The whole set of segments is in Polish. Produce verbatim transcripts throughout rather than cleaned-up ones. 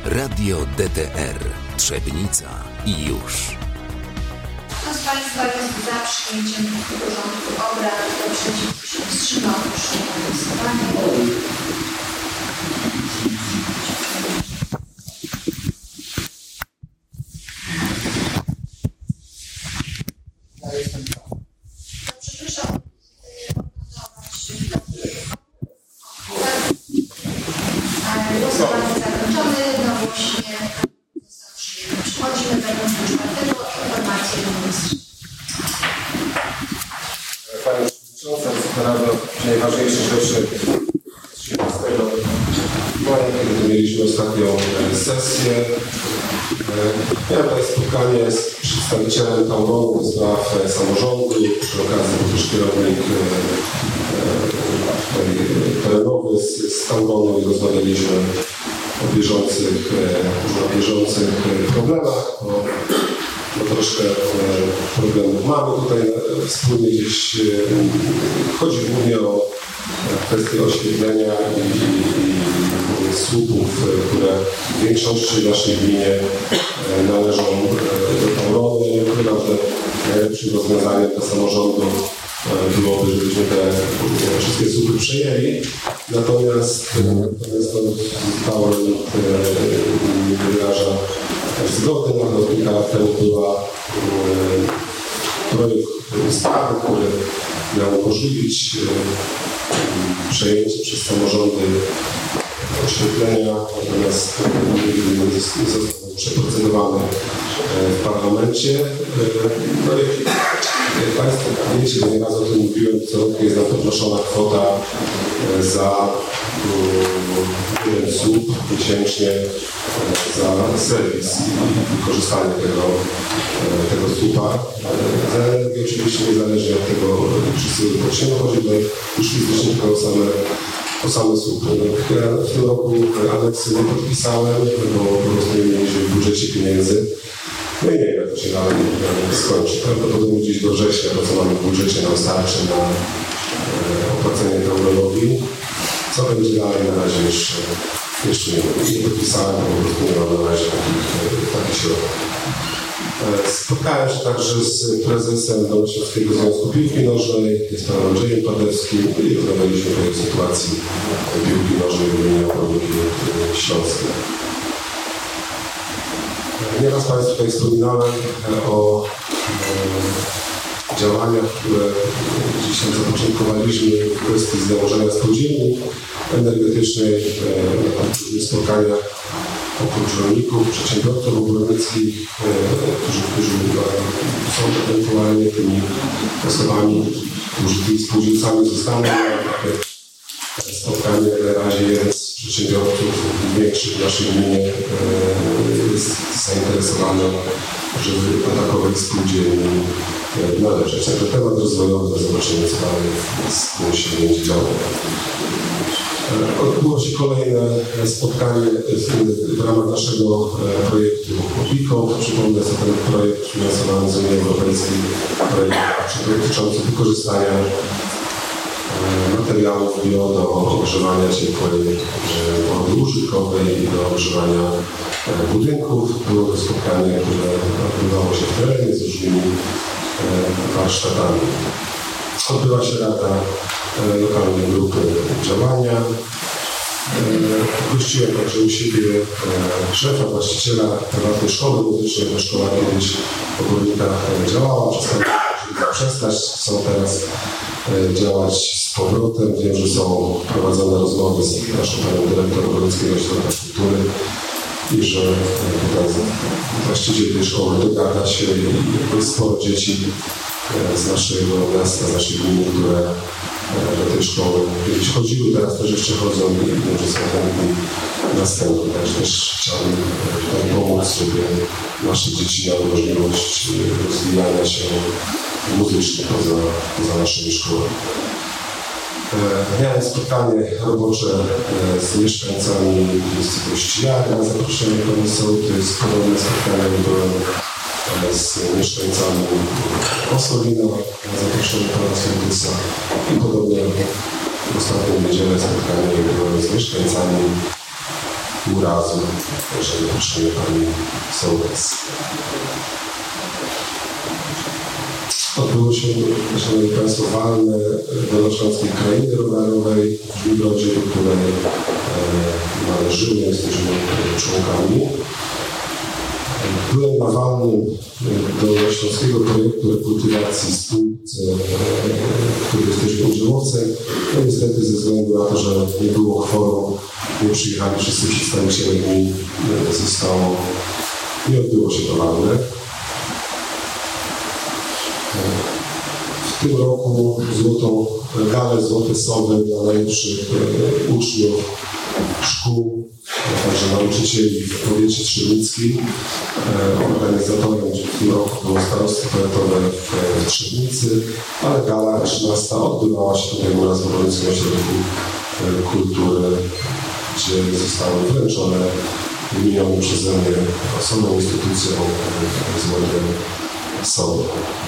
Radio D T R Trzebnica i już. Kto z Państwa jest za przyjęciem porządku obrad? Kto przeciw się wstrzymał? Proszę o głosowanie. Głosowanie zakończone, jednogłośnie został przyjęty. Przechodzimy do punktu czwartego, informacje ministra. Pani Przewodnicząca, Wysoka Rado, najważniejsze rzeczy z trzynastego maja, kiedy mieliśmy ostatnią sesję. Miałem tutaj spotkanie z przedstawicielem Tauronu do spraw samorządu, przy okazji był też kierownik terenowy z, z Tauronu i rozmawialiśmy o bieżących, o bieżących problemach, bo, bo troszkę problemów mamy tutaj wspólnie gdzieś. Chodzi głównie o kwestie oświetlenia i, i, i słupów, które w większości naszej gminie należą do Tauronu. Nie ukrywam, że najlepszym rozwiązaniem dla samorządu byłoby, żebyśmy te wszystkie słupy przejęli. Natomiast Tauron nie wyraża zgody na to. Kilka lat temu była projekt ustawy, który miał umożliwić przejęcie przez samorządy oświetlenia, natomiast nie został przeprocedowany w parlamencie. No i jak Państwo wiecie, bo nieraz o tym mówiłem, co roku jest na to wnoszona kwota za jeden słup miesięcznie za serwis i wykorzystanie tego, tego słupa. Za energię oczywiście niezależnie od tego przesyłu powszechnego chodzi, bo już fizycznie tylko o same, o same słupy. No, ja w tym roku aneksy nie podpisałem, bo po prostu nie mieliśmy w budżecie pieniędzy. No i nie wiem, jak to się dalej skończy. Prawdopodobnie gdzieś do września to, co mamy w budżecie, nam starczy na e, opłacenie Tauronowi. Co będzie dalej, na razie jeszcze, jeszcze nie, nie podpisałem, bo po prostu nie mam na razie takich, takich środków. E, spotkałem się także z prezesem Dolnośląskiego Związku Piłki Nożnej, jest panem Andrzejem Padewskim i rozmawialiśmy o tej sytuacji piłki nożnej w gminie Oborniki Śląskiej. Nieraz Państwu tutaj wspominałem o e, działaniach, które dzisiaj zapoczątkowaliśmy w kwestii założenia spółdzielni energetycznej, e, na spotkaniach oprócz rolników, przedsiębiorców ogólnorodzkich, e, którzy, którzy są ewentualnie tymi osobami, którzy tymi spółdzielcami zostaną. Spotkanie na razie z przedsiębiorców większych w naszej gminie jest zainteresowane, żeby do takowej spółdzielni należeć. Także temat rozwojowy, zobaczymy, co dalej z tym się będzie działo. Odbyło się kolejne spotkanie w, w ramach naszego projektu OPIKO. Przypomnę, że ten projekt finansowany z Unii Europejskiej, projekt dotyczący wykorzystania materiałów bio do ogrzewania ciepłej wody użytkowej i do ogrzewania budynków. Było to spotkanie, które odbywało się w terenie z różnymi warsztatami. Odbyła się rada lokalnej grupy działania. Gościłem także u siebie szefa, właściciela prywatnej szkoły muzycznej. Ta szkoła kiedyś w Obornikach działała, przestać, chcą teraz działać z powrotem. Wiem, że są prowadzone rozmowy z naszą panią dyrektor Obornickiego Ośrodka Kultury i że tutaj właściciel tej szkoły dogada się i jest sporo dzieci z naszego miasta, z naszej gminy, które do tej szkoły kiedyś chodziły, teraz też jeszcze chodzą i wiem, że są chętni następni. Także też chciałbym tutaj pomóc, żeby nasze dzieci miały możliwość rozwijania się muzycznie poza, poza naszymi szkołami. Miałem spotkanie robocze z mieszkańcami miejscowości Jary na zaproszenie pani sołtys. Podobne spotkanie byłem z mieszkańcami Osolina na zaproszenie pana sołtysa i podobnie w ostatnią niedzielę spotkanie byłem z mieszkańcami urazu. Także zapraszamy Pani Sołtys. Odbyło się, Szanowni Państwo, walne Dolnośląskiej Krainy Rowerowej w Żmudrodzie, do której e, należymy, jesteśmy członkami. Byłem na walnym Dolnośląskiego Projektu Rekultywacji spółce, który jesteśmy udziałowcem. No niestety ze względu na to, że nie było kworum, nie przyjechali wszyscy przedstawiciele gmin, zostało, nie odbyło się to walne. W tym roku złotą galę Złote Sowy dla najlepszych e, uczniów szkół, a także nauczycieli w powiecie trzebnickim. E, organizatorem w tym roku było starostwo powiatowe w, w Trzebnicy, ale gala trzynasta odbywała się tutaj u nas w Wojewódzkim Ośrodku e, Kultury, gdzie zostały wręczone wymienione przeze mnie osobną instytucją e, Złote Sowy.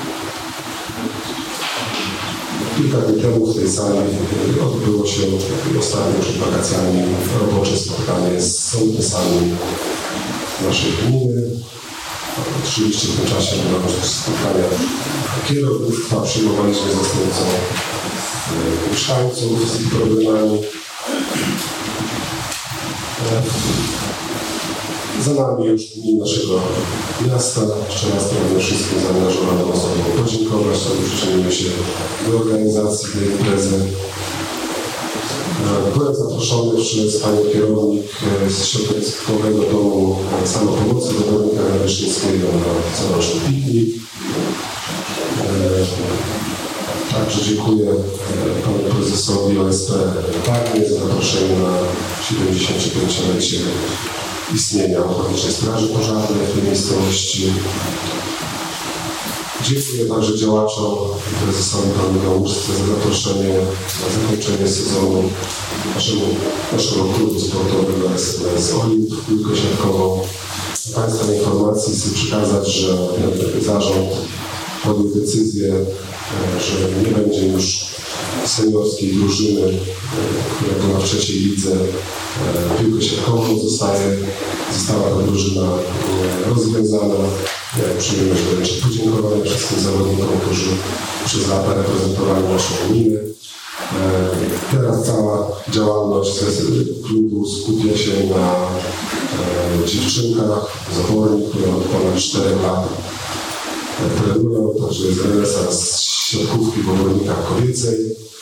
Kilka dni temu w tej sali odbyło się ostatnio przed wakacjami robocze spotkanie z sołtysami naszej gminy. Oczywiście w tym czasie odbywało się też spotkania kierownictwa, przyjmowaliśmy zastępcą mieszkańców z ich problemami. Za nami już dni naszego miasta. Jeszcze raz pragnę wszystkim zaangażowanym osobom podziękować, które przyczyniły się do organizacji tej imprezy. Byłem zaproszony przez panią kierownik z Środowiskowego Domu Samopomocy do Dominika Wyszyńskiego na coroczny piknik. Także dziękuję panu prezesowi O S P Parnie za zaproszenie na siedemdziesięciopięciolecie istnienia Ochotniczej Straży Pożarnej w tej miejscowości. Dziękuję także działaczom, prezesowi panu Gałązce za zaproszenie na zakończenie sezonu naszego, naszego klubu sportowego S M S Olimp w piłkę siatkową. Państwa informacji chcę przekazać, że zarząd podjął decyzję, że nie będzie już seniorskiej drużyny, która była w trzeciej lidze piłkę siatkową. Zostaje, została ta drużyna rozwiązana. Miałem przyjemność wręczyć podziękowania wszystkim zawodnikom, którzy przez lata reprezentowali naszą gminę. Teraz cała działalność klubu skupia się na dziewczynkach z Obornik, które od ponad czterech lat trenują, także jest renesans siatkówki w Obornikach Kobiecej.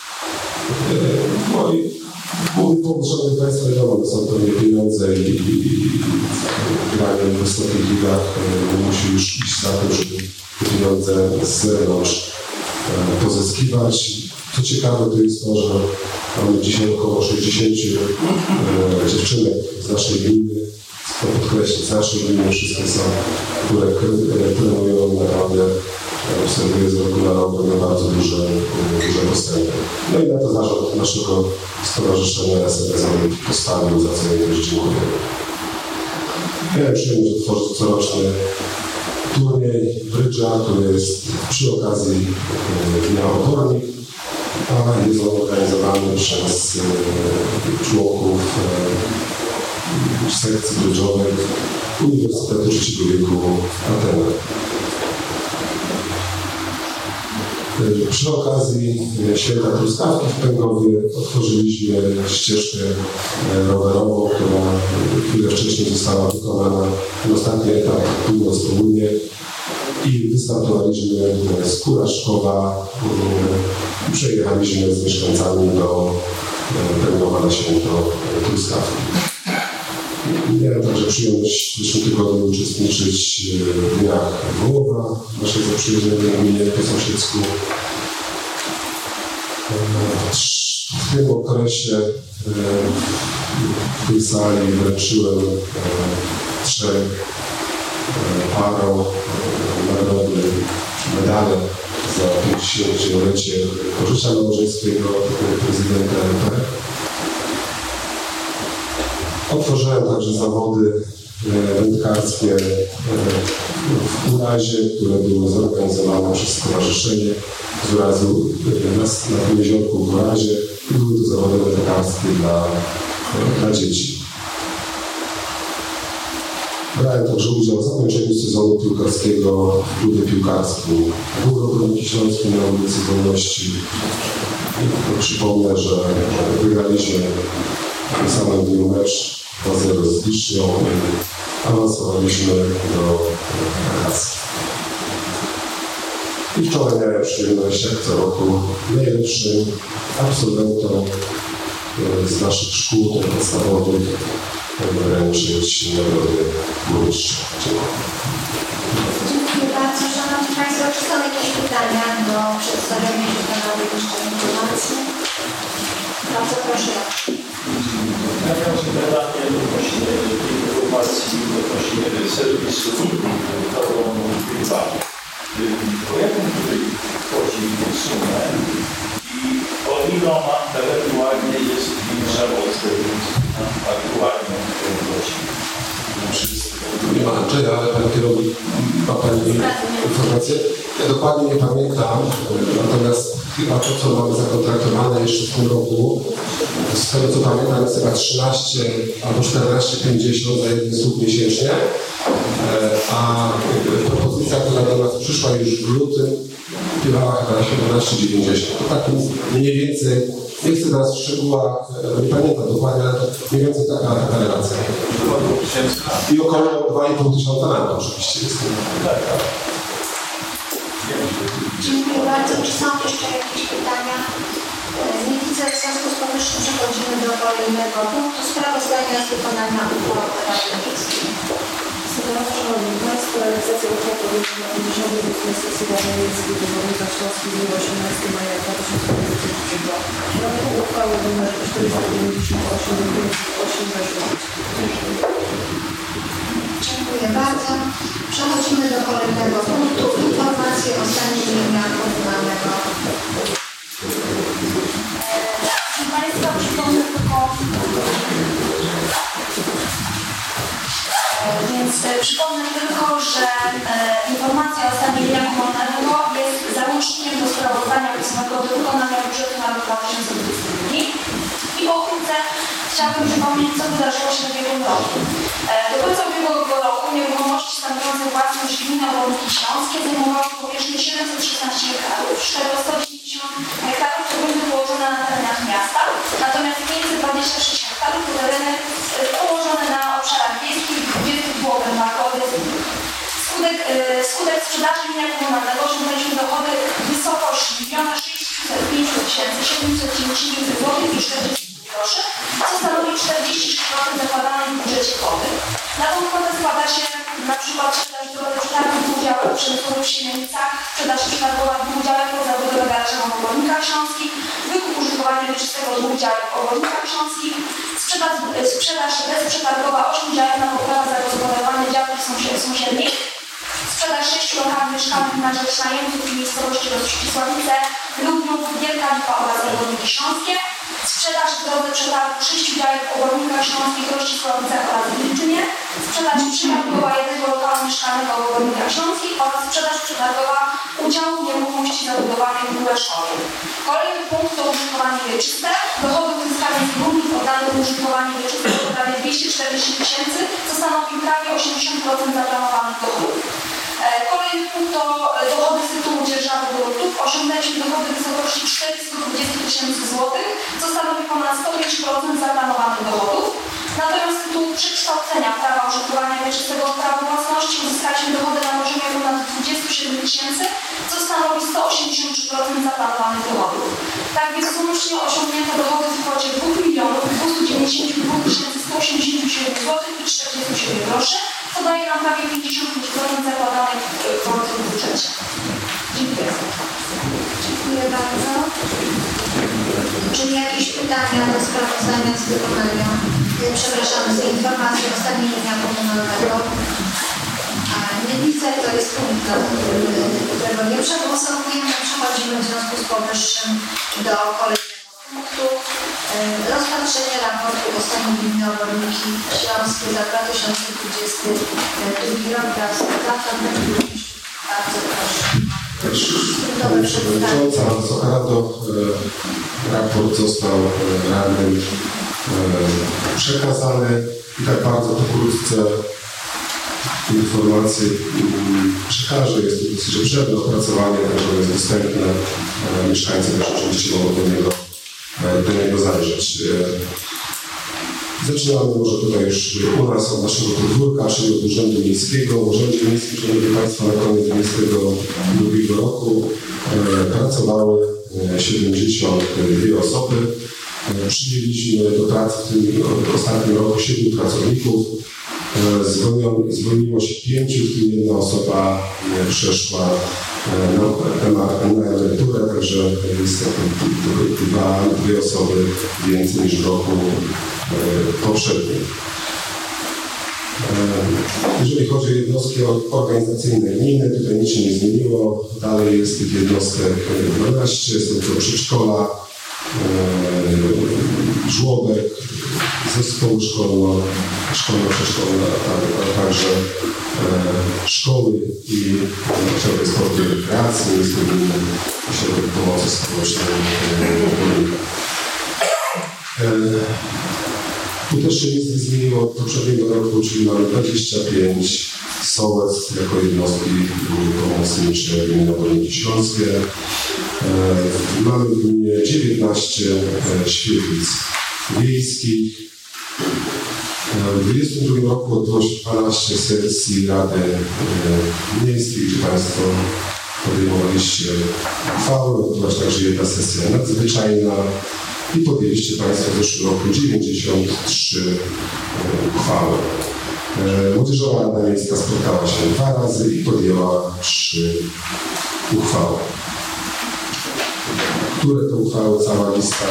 No i mój pomysł, szanowni Państwo, wiadomo, są to nie pieniądze i, i, i granie w wysokich ligach nie musi już iść za tym, żeby te pieniądze z zewnątrz pozyskiwać. Co ciekawe, to jest to, że mamy dzisiaj około sześćdziesięciu e, dziewczynek z naszej gminy, chcę podkreślić, z naszej gminy wszystkie są, które e, trenują naprawdę, e, obserwuję z roku na rok bardzo duże, e, duże postępy. No i na to zarząd naszego stowarzyszenia S M S postawił, za co jej też dziękuję. Miałem przyjemność otworzyć coroczny turniej brydża, który jest przy okazji e, Dnia Obornik. A jest on organizowany przez e, członków e, sekcji brydżowych Uniwersytetu Trzeciego Wieku w Atenach. E, przy okazji e, Święta Truskawki w Pęgowie otworzyliśmy ścieżkę e, rowerową, która chwilę wcześniej została wykonana na ostatni etap północ-południe. I wystartowaliśmy z Kuraszkowa, przejechaliśmy z mieszkańcami do Pęgowa na Święto Truskawki. Miałem także przyjemność w zeszłym tygodniu uczestniczyć w Dniach Wołowa, naszej zaprzyjaźnionej gminie po sąsiedzku. W tym okresie w tej sali wręczyłem trzech parą nagrody, medale za pięćdziesięciolecie pożycza małżeńskiego prezydenta R P. Otworzyłem także zawody wędkarskie w Urazie, które były zorganizowane przez stowarzyszenie z Urazu na, na tym jeziorku w Urazie. Były to zawody wędkarskie dla, dla dzieci. Brałem także udział w zakończeniu sezonu piłkarskiego w klubie piłkarskim Górnik Śląski na ulicy Wolności. I przypomnę, że wygraliśmy w tym samym dniu mecz dwa zero z Wisznią i awansowaliśmy do wakacji. I wczoraj miałem przyjemność, jak co roku, najlepszym absolwentom z naszych szkół podstawowych wręczyć nagrody burmistrza. Dziękuję bardzo. Szanowni Państwo, czy są jakieś pytania do przedstawienia się panowie jeszcze informacji? Bardzo proszę. Ja miałem pytanie odnośnie informacji odnośnie serwisu Tauron dwa. O jaką tutaj chodzi sumę i o ile ona ewentualnie jest większa od aktualnie Nie ma Andrzeja, ale Pan kierownik ma Pani informację. Ja dokładnie nie pamiętam, natomiast chyba to, co mamy zakontraktowane jeszcze w tym roku, z tego co pamiętam jest chyba trzynaście albo czternaście pięćdziesiąt za jeden słup miesięcznie, a propozycja, która do nas przyszła już w lutym, biewała chyba na siedemnaście dziewięćdziesiąt. To tak mniej więcej, nie chcę teraz w szczegółach, nie pamiętam dokładnie, ale to mniej więcej taka, taka relacja. I około dwa i pół tysiąca na to oczywiście jest. Dziękuję bardzo. Czy są jeszcze jakieś pytania? Nie widzę, w związku z powyższym przechodzimy do kolejnego punktu. Sprawozdania z wykonania uchwały Rady Miejskiej. Szanowni Państwo, realizacja uchwały podjętej na pięćdziesiątej ósmej sesji Rady Miejskiej w Województwie Śląskim w dniu osiemnastego maja dwa tysiące dwudziestego roku. Uchwałę nr czterysta dziewięćdziesiąt osiem osiem Dziękuję bardzo. Przechodzimy do kolejnego punktu. Informacje o stanie mienia komunalnego. Proszę Państwa, przypomnę tylko... Więc przypomnę tylko, że e, informacja o stanie mienia komunalnego jest załącznikiem do sprawozdania pismowego do wykonania budżetu na rok dwa tysiące dwudziesty drugi. I pokrótce chciałabym przypomnieć, co wydarzyło się w ubiegłym roku. E, do końca ubiegłego roku nieruchomości stanowiące własność gminy Oborniki Śląskie zajmowały powierzchnię siedemset szesnaście hektarów, z czego sto dziewięćdziesiąt hektarów to były położone na terenach miasta, natomiast pięćset dwadzieścia sześć hektarów to tereny położone na obszarach wiejskich, gdzie było Skutek, yy, skutek sprzedaży mienia komunalnego osiągnęliśmy dochody w wysokości miliona sześćset pięć tysięcy siedemset dziewięćdziesiąt złotych i czterdzieści groszy, co stanowi czterdzieści sześć procent zakładanej w budżecie kwoty. Na tą kwotę składa się na przykład sprzedaż drogi przetargu w udziałach przemysłowych w Siemianicach, sprzedaż przetargowa w udziałach pozawodowych garażach w Obornikach Śląskich, wykup użytkowania wieczystego w udziałach w Obornikach Śląskich, sprzedaż, sprzedaż bezprzetargowa osiem działek na poprawę zagospodarowania działek sąsiednich, sprzedaż sześciu lokali mieszkalnych na rzecz najemców w miejscowości Rozścisławice, Lubniów, Wielka Lipa oraz Oborniki Śląskie, sprzedaż w drodze przetargu sześciu działek w Obornikach Śląskich, Rozścisławicach oraz Wilczynie, sprzedaż przetargowa jednego lokalu mieszkalnego w Obornikach Śląskich oraz sprzedaż przetargowa udziału nieruchomości zabudowanej w Łeszczowie. Kolejny punkt to użytkowanie wieczyste. Dochody uzyskane z gruntów oddanych do użytkowania wieczystego to prawie dwieście czterdzieści tysięcy, co stanowi prawie osiemdziesiąt procent zaplanowanych dochodów. Kolejny punkt to dochody z tytułu dzierżawy gruntów. Osiągnęliśmy dochody w wysokości czterysta dwadzieścia tysięcy złotych, co stanowi ponad sto pięć procent zaplanowanych dochodów. Natomiast z tytułu przekształcenia prawa użytkowania wieczystego w prawo własności uzyskaliśmy dochody na poziomie ponad dwadzieścia siedem tysięcy, co stanowi sto osiemdziesiąt trzy procent zaplanowanych dochodów. Tak więc łącznie osiągnięto dochody w kwocie dwa miliony dwieście dziewięćdziesiąt dwa tysiące sto osiemdziesiąt siedem złotych i czterdzieści siedem groszy, co daje nam prawie pięćdziesiąt pięć procent zakładanej kwoty w budżecie. Dziękuję. Dziękuję bardzo. Czy jakieś pytania do sprawozdania z wykonania, przepraszam, z informacji o stanie mienia komunalnego? A nie widzę, to jest punkt, którego nie przegłosowujemy. Przechodzimy w związku z powyższym do kolejnego punktu. Rozpatrzenie raportu o stanie gminy Oborniki Śląskie za dwa tysiące dwudziesty drugi rok wraz z Zarządem Burmistrzów. Bardzo proszę. Pani Przewodnicząca, Wysoka Rado, raport został radnym przekazany i tak bardzo pokrótce informacje przekażę. Jest to dosyć obszerne opracowanie, także jest dostępne. Mieszkańcy też oczywiście mogą do niego, do niego zajrzeć. Zaczynamy może tutaj już u nas od naszego podwórka, czyli od Urzędu Miejskiego. W Urzędzie Miejskim, szanowni Państwo, na koniec dwudziestego drugiego roku pracowały siedemdziesiąt dwie osoby. Przyjęliśmy do pracy w tym ostatnim roku siedmiu pracowników. Zwolniło się pięciu, w tym jedna osoba przeszła na, na, na emeryturę, także jest dwa, dwie osoby więcej niż w roku poprzednim. Jeżeli chodzi o jednostki organizacyjne gminy, tutaj nic się nie zmieniło. Dalej jest tych jednostek dwanaście, są to przedszkola, żłobek, zespoły szkolno, szkolno-przedszkolne, a także e, szkoły i ośrodek sportu i rekreacji, jest to gminny ośrodek pomocy społecznej. E, tu też się nic nie zmieniło od poprzedniego roku, czyli mamy dwadzieścia pięć sołectw jako jednostki pomocnicze gminy Oborniki Śląskie. E, mamy w gminie dziewiętnaście e, świetlic wiejskich. W dwa tysiące dwudziestym drugim roku odbyło się dwanaście sesji Rady e, Miejskiej, gdzie Państwo podejmowaliście uchwały. Odbyła się także jedna sesja nadzwyczajna i podjęliście Państwo w zeszłym roku dziewięćdziesiąt trzy e, uchwały. E, Młodzieżowa Rada Miejska spotkała się dwa razy i podjęła trzy uchwały. Które to uchwały, cała lista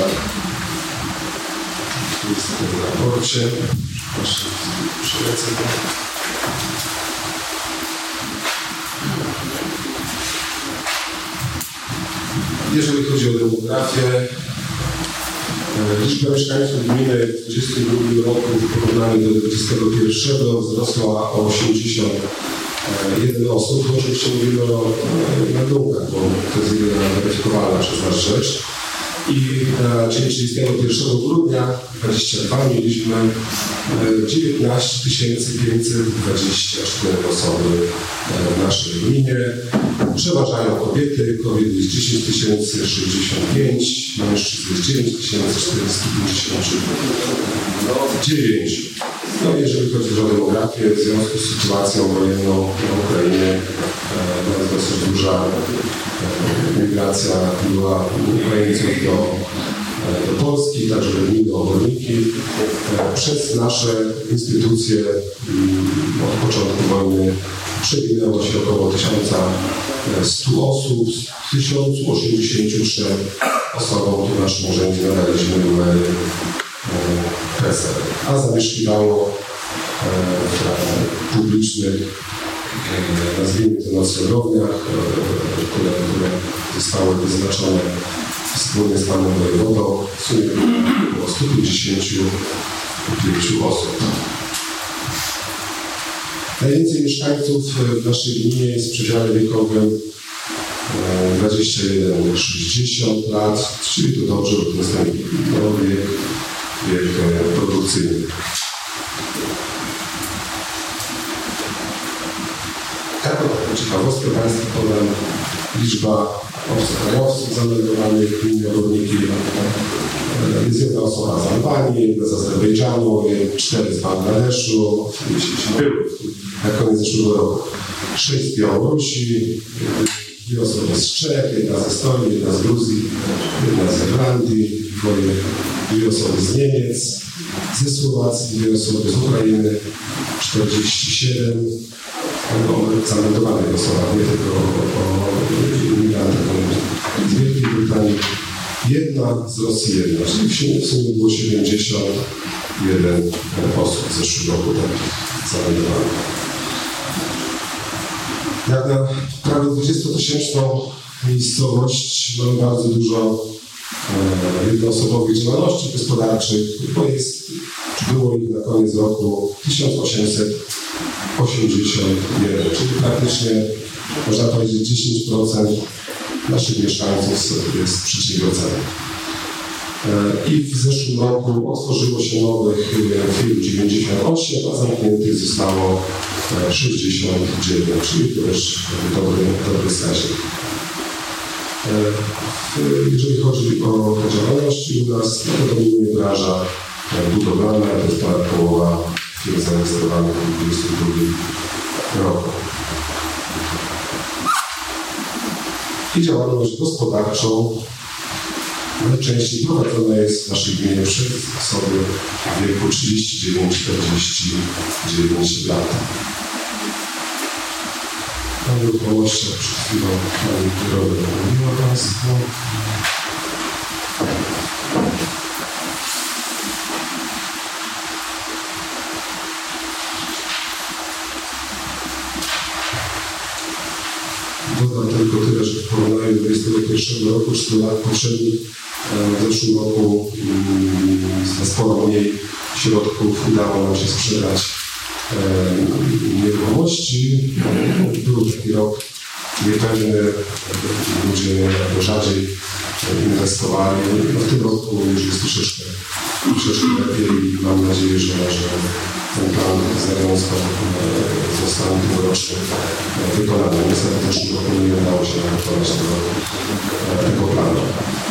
jest w raporcie. Proszę, przelecę to. Jeżeli chodzi o demografię, liczba mieszkańców gminy w dwudziestym drugim roku w porównaniu do dwudziestego pierwszego wzrosła o osiemdziesiąt jeden osób. To oczywiście mówimy o nadługach, bo to jest jedyna weryfikowana przez nas rzecz. I na dzień trzydziestego pierwszego grudnia dwudziestego drugiego mieliśmy dziewiętnaście tysięcy pięćset dwadzieścia cztery osoby w naszej gminie. Przeważają kobiety, kobiet jest dziesięć tysięcy sześćdziesiąt pięć, mężczyzn jest dziewięć tysięcy czterysta pięćdziesiąt dziewięć. No jeżeli chodzi o demografię, w związku z sytuacją wojenną na Ukrainie, to jest dosyć duża migracja była Ukraińców do, do Polski, także do gminy Oborniki. Przez nasze instytucje od początku wojny przewinęło się około tysiąc stu osób, z tysiąca osiemdziesięciu trzech osobom w naszym urzędzie nadaliśmy numery PESEL, a zamieszkiwało w publicznych, nazwijmy to noclegowniach, które, które zostały wyznaczone wspólnie z panem wojewodą, w sumie około stu pięćdziesięciu pięciu osób. Najwięcej mieszkańców w naszej gminie jest w przedziale wiekowym dwadzieścia jeden do sześćdziesięciu lat, czyli to dobrze, bo to jest ten no, wiek, wiek produkcyjny. Taką ciekawostkę Państwu podam. Liczba obcokrajowców zameldowanych w gminie Oborniki. Jest jedna osoba z Albanii, jedna z Azerbejdżanu, cztery z Bangladeszu, były na koniec zeszłego roku. Sześć z Białorusi, dwie osoby z Czech, jedna z Estonii, jedna z Gruzji, jedna z Irlandii, dwoje, dwie osoby z Niemiec, ze Słowacji, dwie osoby z Ukrainy, czterdzieści siedem o zameldowanych osobach, nie tylko o, o imigrantach z Wielkiej Brytanii. Jedna z Rosji, jedna, czyli w sumie było siedemdziesiąt jeden osób w zeszłym roku takich zameldowanych. Jak na prawie dwudziestotysięczną miejscowość mamy bardzo dużo e, jednoosobowych działalności gospodarczych, bo jest, było ich na koniec roku tysiąc osiemset osiemdziesiąt jeden, czyli praktycznie można powiedzieć dziesięć procent naszych mieszkańców jest przedsiębiorcami. I w zeszłym roku otworzyło się nowych firm dziewięćdziesiąt osiem, a zamkniętych zostało sześćdziesiąt dziewięć, czyli to też dobry, dobry wskaźnik. Jeżeli chodzi o działalności u nas, no to dominuje branża budowlana, to jest ponad połowa firm zarejestrowanych w dwa tysiące dwudziestym drugim roku. I działalność gospodarczą najczęściej prowadzona jest w naszej gminie przez osoby w wieku trzydzieści dziewięć do czterdziestu dziewięciu lat. O nieruchomościach przed chwilą pani kierownik mówiła Państwu. Dodam tylko tyle, że w porównaniu do dwudziestego pierwszego roku, cztery lat poprzednich, w zeszłym roku za sporo mniej środków udało nam się sprzedać nieruchomości. Był taki rok niepewny, ludzie rzadziej inwestowali. No w tym roku już jest troszeczkę, troszeczkę lepiej i mam nadzieję, że, że ten plan zarządztwa zostanie tegoroczny wykonany. Niestety w zeszłym roku nie udało się wykonać tego, tego planu.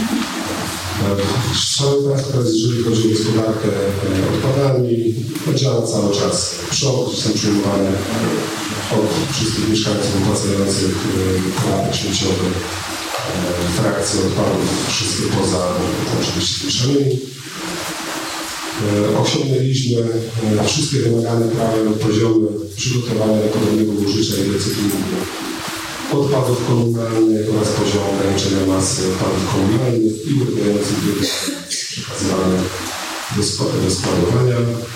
Szanowni Państwo, teraz jeżeli chodzi o gospodarkę odpadami, to działa cały czas. Przełom są przyjmowane od wszystkich mieszkańców opłacających podatek śmieciowy, frakcje odpadów, wszystkie poza oczywiście mieszanymi. Osiągnęliśmy wszystkie wymagane prawem poziomy przygotowania do ponownego użycia i recyklingu odpadów komunalnych oraz poziom ograniczenia masy odpadów komunalnych i ulegających przekazywanych do składowania.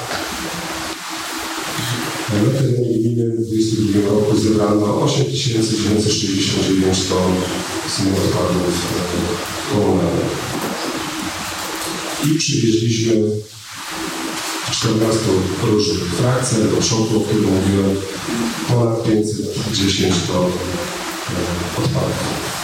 Na terenie gminy w dwa tysiące dwudziestym drugim roku zebrano osiem tysięcy dziewięćset sześćdziesiąt dziewięć ton odpadów komunalnych. I przywieźliśmy czternaście różnych frakcji do przodu, o którym mówiłem, ponad pięćset dziesięć ton odpadów.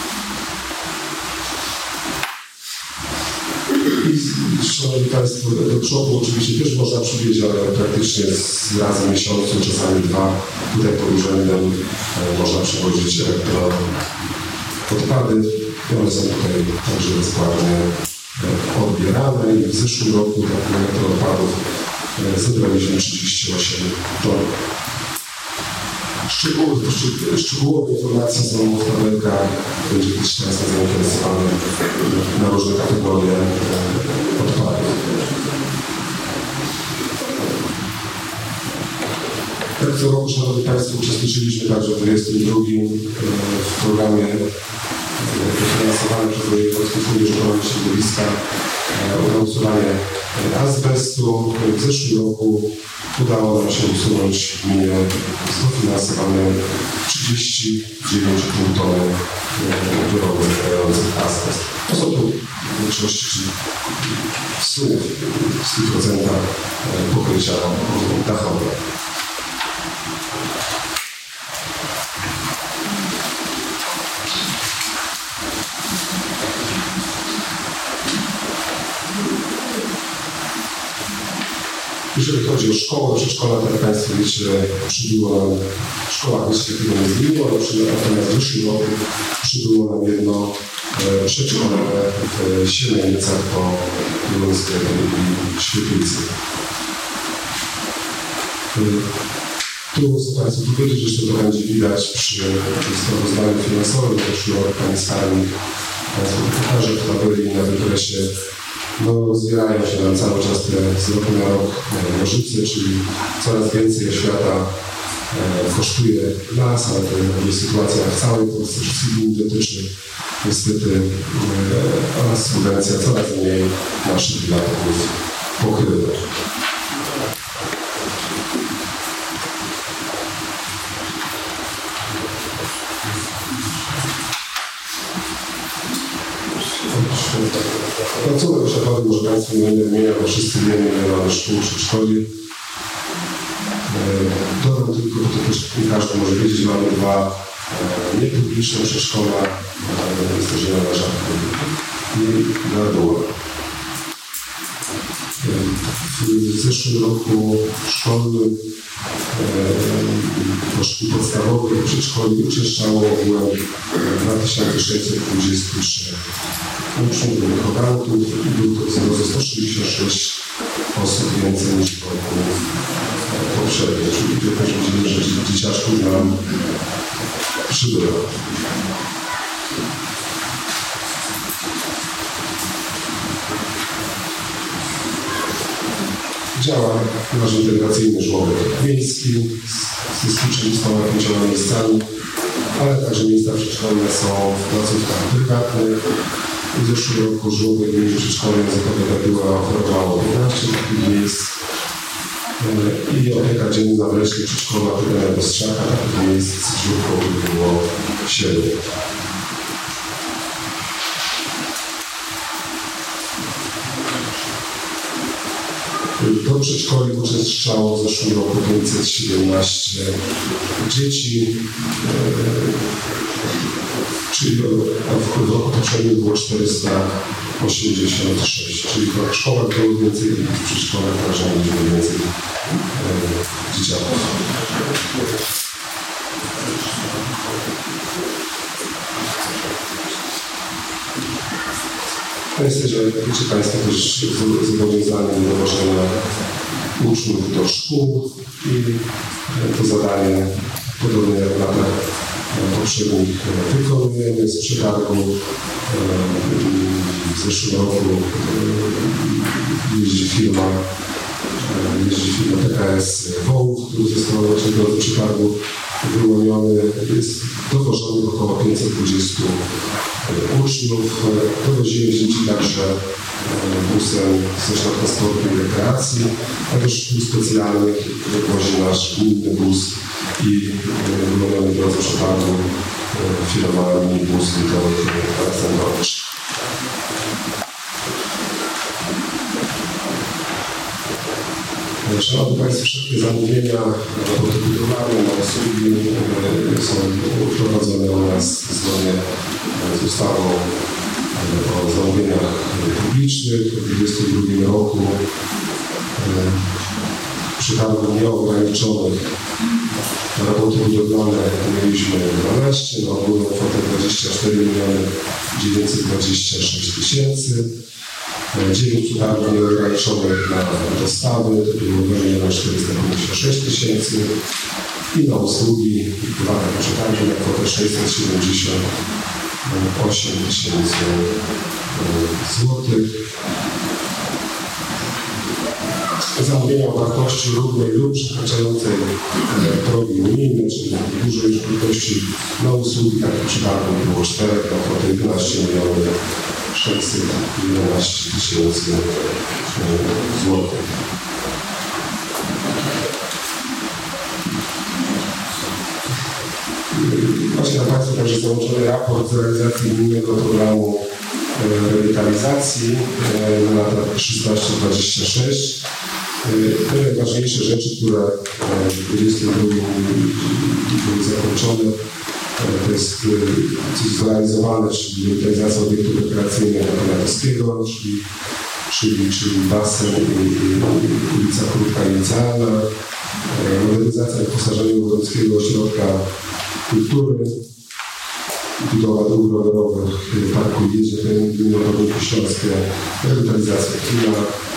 I szanowni Państwo, do przodu oczywiście też można przywieźć, ale praktycznie z razy w miesiącu, czasami dwa, tutaj pod urzędem można przywozić elektro odpady i one są tutaj także bezpłatnie odbierane i w zeszłym roku takich elektroodpadów zebraliśmy trzydzieści osiem ton. Szczegółowe, szczegółowe informacje są w tabelkach, będzie też Państwa zainteresowane na różne kategorie odpadów. Tak co roku, Szanowni Państwo, uczestniczyliśmy także w dwudziestym drugim w programie finansowanym przez Wojewódzki Fundusz Ochrony Środowiska usuwanie azbestu. W zeszłym roku udało nam się usunąć w gminie dofinansowane trzydzieści dziewięć i pół tony wyrobów zawierających azbest. To są tu w większości, czyli w sumie w stu procentach pokrycia dachowe. Jeżeli chodzi o szkołę, przedszkola, tak jak Państwo wiecie, przybyło nam, w szkołach nic się tego nie zmieniło, natomiast w zeszłym roku przybyło nam jedno e, przedszkole w Siemianicach po Luńskiej i Świetlicy. E, tu chcę Państwu powiedzieć, że to będzie widać przy sprawozdaniu finansowym, w zeszłym roku Pani Skarbnik Państwu pokaże w tabeli na wykresie. No, zbierają się nam cały czas te z roku na rok nożyce, czyli coraz więcej oświata e, kosztuje nas, ale to jest sytuacja w całej Polsce, wszystkich gmin dotyczy niestety e, oraz subwencja coraz mniej naszych wydatków pokrywa. Placówek oświatowych, może Państwu nie będę wymieniał, bo wszyscy wiemy, ile mamy szkół, przedszkoli. Dodam tylko, bo to też nie każdy może wiedzieć, mamy dwa e, niepubliczne przedszkola, jest to Zielona Żabka i Garduła. W zeszłym roku szkolnym do szkół podstawowych i przedszkoli uczęszczało ogółem dwa tysiące sześćset dwadzieścia trzy uczniów, wychowantów i był to wzrost sto sześćdziesiąt sześć osób więcej niż w roku poprzednim. Czyli tutaj też widzimy, że dzieciaczków nam przybywa. Działa nasz integracyjny żłobek miejski z bezpieczeństwoma pięcioma miejscami, ale także miejsca przedszkolne są w placówkach prywatnych. W zeszłym roku żłobek gminy przedszkolnej językowej była oferowało piętnaście takich miejsc i opieka dzienna wreszcie przedszkola Tyranego Strzaka, takich miejsc żłobkowych było siedem. Do przedszkoli uczęszczało w zeszłym roku pięćset siedemnaście dzieci, czyli w roku poprzednim było czterysta osiemdziesiąt sześć, czyli w szkołach było więcej i w przedszkolach także było więcej dzieciaków. Myślę, że wiecie Państwo też zobowiązani do dowożenia uczniów do szkół i to zadanie, podobnie jak w latach poprzednich, wykonujemy z przetargu. W zeszłym roku jeździ firma, jeździ firma T K S Wołów, który został właśnie do przetargu wyłoniony. Jest dowożonych około pięćset dwadzieścia uczniów. Dowozimy dzieci także busem ze środka sportu i rekreacji, a też szkół specjalnych wozi nasz gminny bus i wyłoniony drodze przetargu firma minibus Witold Aleksandrowicz. Szanowni Państwo, wszystkie zamówienia roboty budowlane na usługi są prowadzone u nas zgodnie z ustawą o zamówieniach publicznych. W dwa tysiące dwudziestym drugim roku przetargów nieograniczonych na roboty budowlane mieliśmy dwanaście, na ogólną kwotę dwadzieścia cztery miliony dziewięćset dwadzieścia sześć tysięcy. dziewięć przetargów nieograniczonych na dostawy, to było dwa miliony czterysta pięćdziesiąt sześć tysięcy i na usługi dwa takie przetargi na kwotę sześćset siedemdziesiąt osiem tysięcy złotych. Zamówienia o wartości równej lub przekraczającej progi unijne, czyli dużej szybkości na usługi takich przetargów było cztery na kwotę jedenaście milionów sześćset jedenaście tysięcy złotych. Właśnie na Państwu także załączony raport z realizacji gminnego programu rewitalizacji na lata szesnaście dwadzieścia sześć. Te najważniejsze rzeczy, które w dwudziestym drugim były zakończone, to jest coś zrealizowane, czyli rewitalizacja obiektu rekreacyjnego Poniatowskiego, czyli, czyli, czyli basen i, i ulica Krótka i Licealna, modernizacja wyposażenia Wojewódzkiego Ośrodka Kultury, budowa dróg rowerowych w Parku Jedzie, Gminy Śląskie, rewitalizacja kina,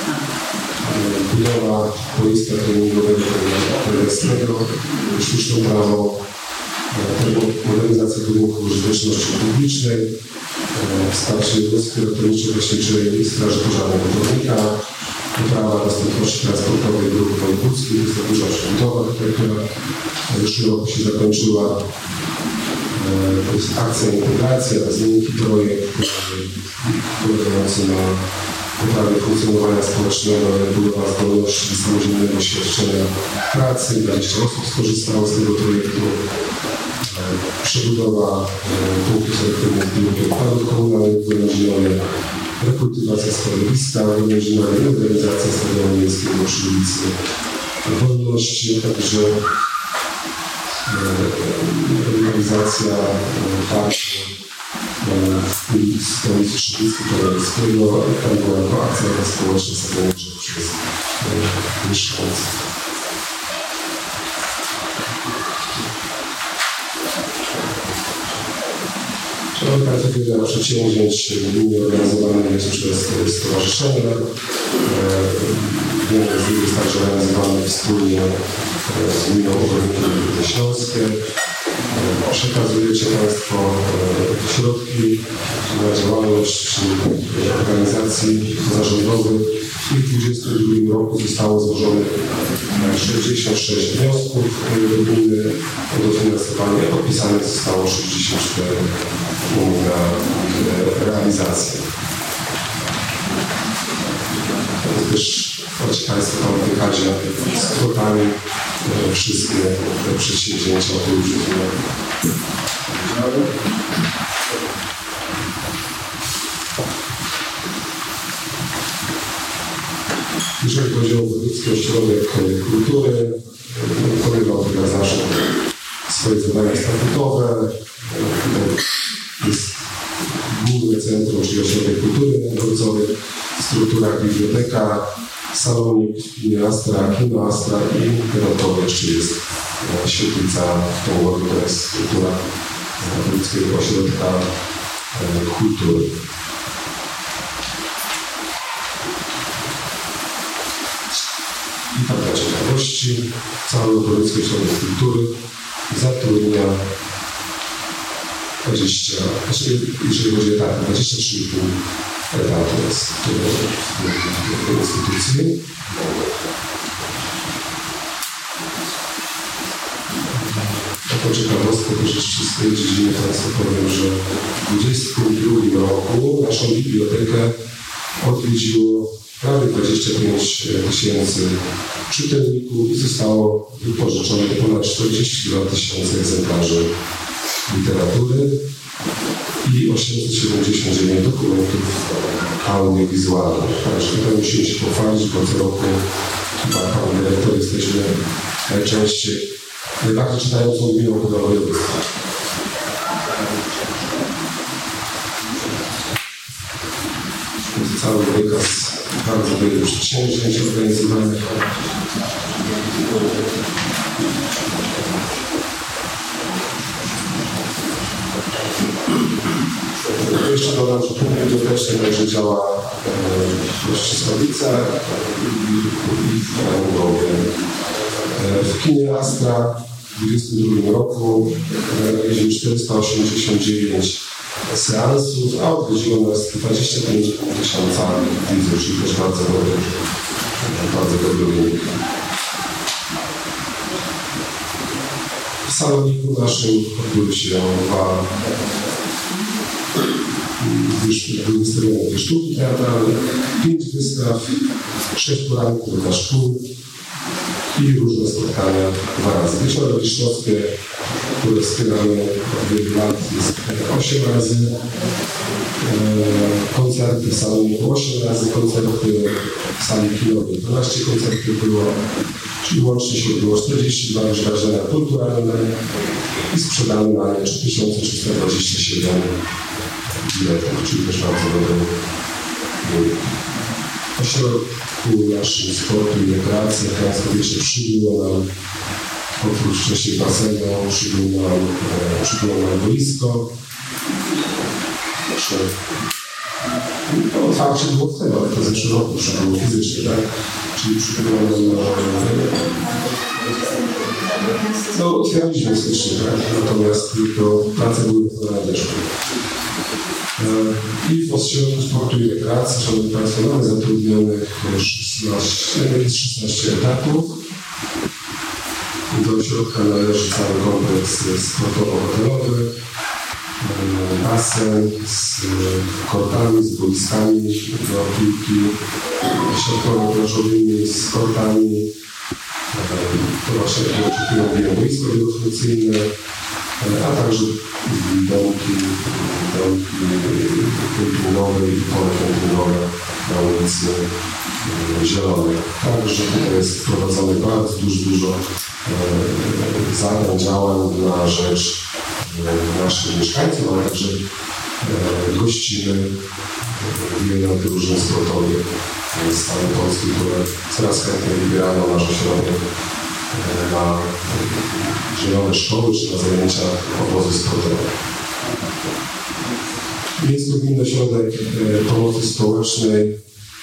budowa boiska treningowego terresтрego, sztuczną trawą, modernizacja budynku użyteczności publicznej, wsparcie jednostki ratowniczo-gaśniczej Straży Pożarnej Ratownika, poprawa dostępności transportowej dróg wojewódzkich, jest to duża przebudowa, która w zeszłym roku się zakończyła. To jest akcja integracja, to jest wielki projekt polegający na poprawie funkcjonowania społecznego, budowa zdolności samodzielnego świadczenia pracy. dwadzieścia osób skorzystało z tego projektu. Przebudowa punktu selektywnych biurek odpadów komunalnych w Wężinowie, rekultywacja składowiska w Wężinowie, modernizacja stadionu miejskiego przy ulicy Wolności, a także rewitalizacja parku w stolicy Szybickiego Towarzyskiego. Tam była jako akcja społeczna stawiana przez mieszkańców. To kategoria przedsięwzięć gminy organizowanych jest przez stowarzyszenia. Wiemy, że jest także realizowany wspólnie z Gminą Ogrodniki Śląskie. Przekazujecie Państwo środki na działalność organizacji pozarządowych. W tych dwudziestym drugim roku zostało złożonych sześćdziesiąt sześć wniosków do gminy o dofinansowanie. Podpisanych zostało sześćdziesiąt cztery na realizację. Też macie Państwo tam w wykazie z kwotami wszystkie te przedsięwzięcia o których już Jeżeli chodzi o Wojewódzki Ośrodek Kultury, wykonywał jak zawsze swoje zadania statutowe. Jest główne centrum, czyli Ośrodek Kultury Dworcowej, w strukturach biblioteka, salonik, kinie Astra, kino Astra i dodatkowo jeszcze jest świetlica w tą uwagę, to jest struktura Wojewódzkiego Ośrodka Kultury. I tak dla ciekawości, cały Wojewódzki Ośrodek Kultury zatrudnia dwadzieścia, znaczy, jeżeli chodzi o etaty, dwadzieścia trzy i pół etatu jest w tej instytucji. Taką ciekawostkę też jeszcze z tej dziedziny Państwu powiem, że w dwudziestym drugim roku naszą bibliotekę odwiedziło prawie dwadzieścia pięć tysięcy czytelników i zostało wypożyczone ponad czterdzieści dwa tysiące egzemplarzy literatury i osiemset siedemdziesiąt dziewięć dokumentów audiowizualnych. Także tutaj musimy się pochwalić, bo co roku chyba pan dyrektor jesteśmy najczęściej, najbardziej czytającą gminą chyba województwa. Cały wykaz bardzo wielu przedsięwzięć organizowanych. Jeszcze dodam, że punkt biblioteczny także działa w Ścisławicach i w Krakowie. W kinie Astra w dwudziestym drugim roku mieliśmy czterysta osiemdziesiąt dziewięć seansów, a odwiedziło nas dwadzieścia pięć tysięcy widzów, czyli też bardzo dobry, bardzo dobry wynik. W saloniku naszym odbyły się dwa były wystawione dwie sztuki teatralne, pięć wystaw, sześć poranków dla szkół i różne spotkania dwa razy. Wieczory wiśniowskie, które wspieramy od wielu lat, jest osiem razy. Koncerty w saloniku osiem razy, koncerty w sali kinowej dwanaście koncertów było, czyli łącznie się odbyło czterdzieści dwa wydarzenia kulturalne i sprzedano na nie trzy tysiące trzysta dwadzieścia siedem biletów, czyli też bardzo dobry wynik. W ośrodku naszym sportu i rekreacji, jak Państwo wiecie, przybyło nam oprócz wcześniej basenu, przybyło nam, e, przybyło nam boisko. To otwarcie było w tego, ale to zeszły roku przybyło fizycznie, tak? Czyli przybyło nam na... No, otwieraliśmy styczniu, tak? Natomiast tylko prace były na deszczu. I w ośrodku sportu i rekreacji, szanowni Państwo, mamy zatrudnionych szesnaście etatów. Do ośrodka należy cały kompleks sportowo-hotelowy, basen z kortami, z boiskami do piłki siatkowo-plażowymi, z kortami. To właśnie oczekują boisko wielofunkcyjne, a także domki, domki kempingowe i pole kempingowe na ulicy Zielonej. Także tutaj jest wprowadzone bardzo dużo, dużo e, zadań, działań na rzecz e, naszych mieszkańców, ale także e, gościmy wiele drużyn sportowych z całej Polski, które coraz chętniej wybierają nasz ośrodek na zielone szkoły czy na zajęcia obozy sportowe. Jest to Gminny Ośrodek Pomocy Społecznej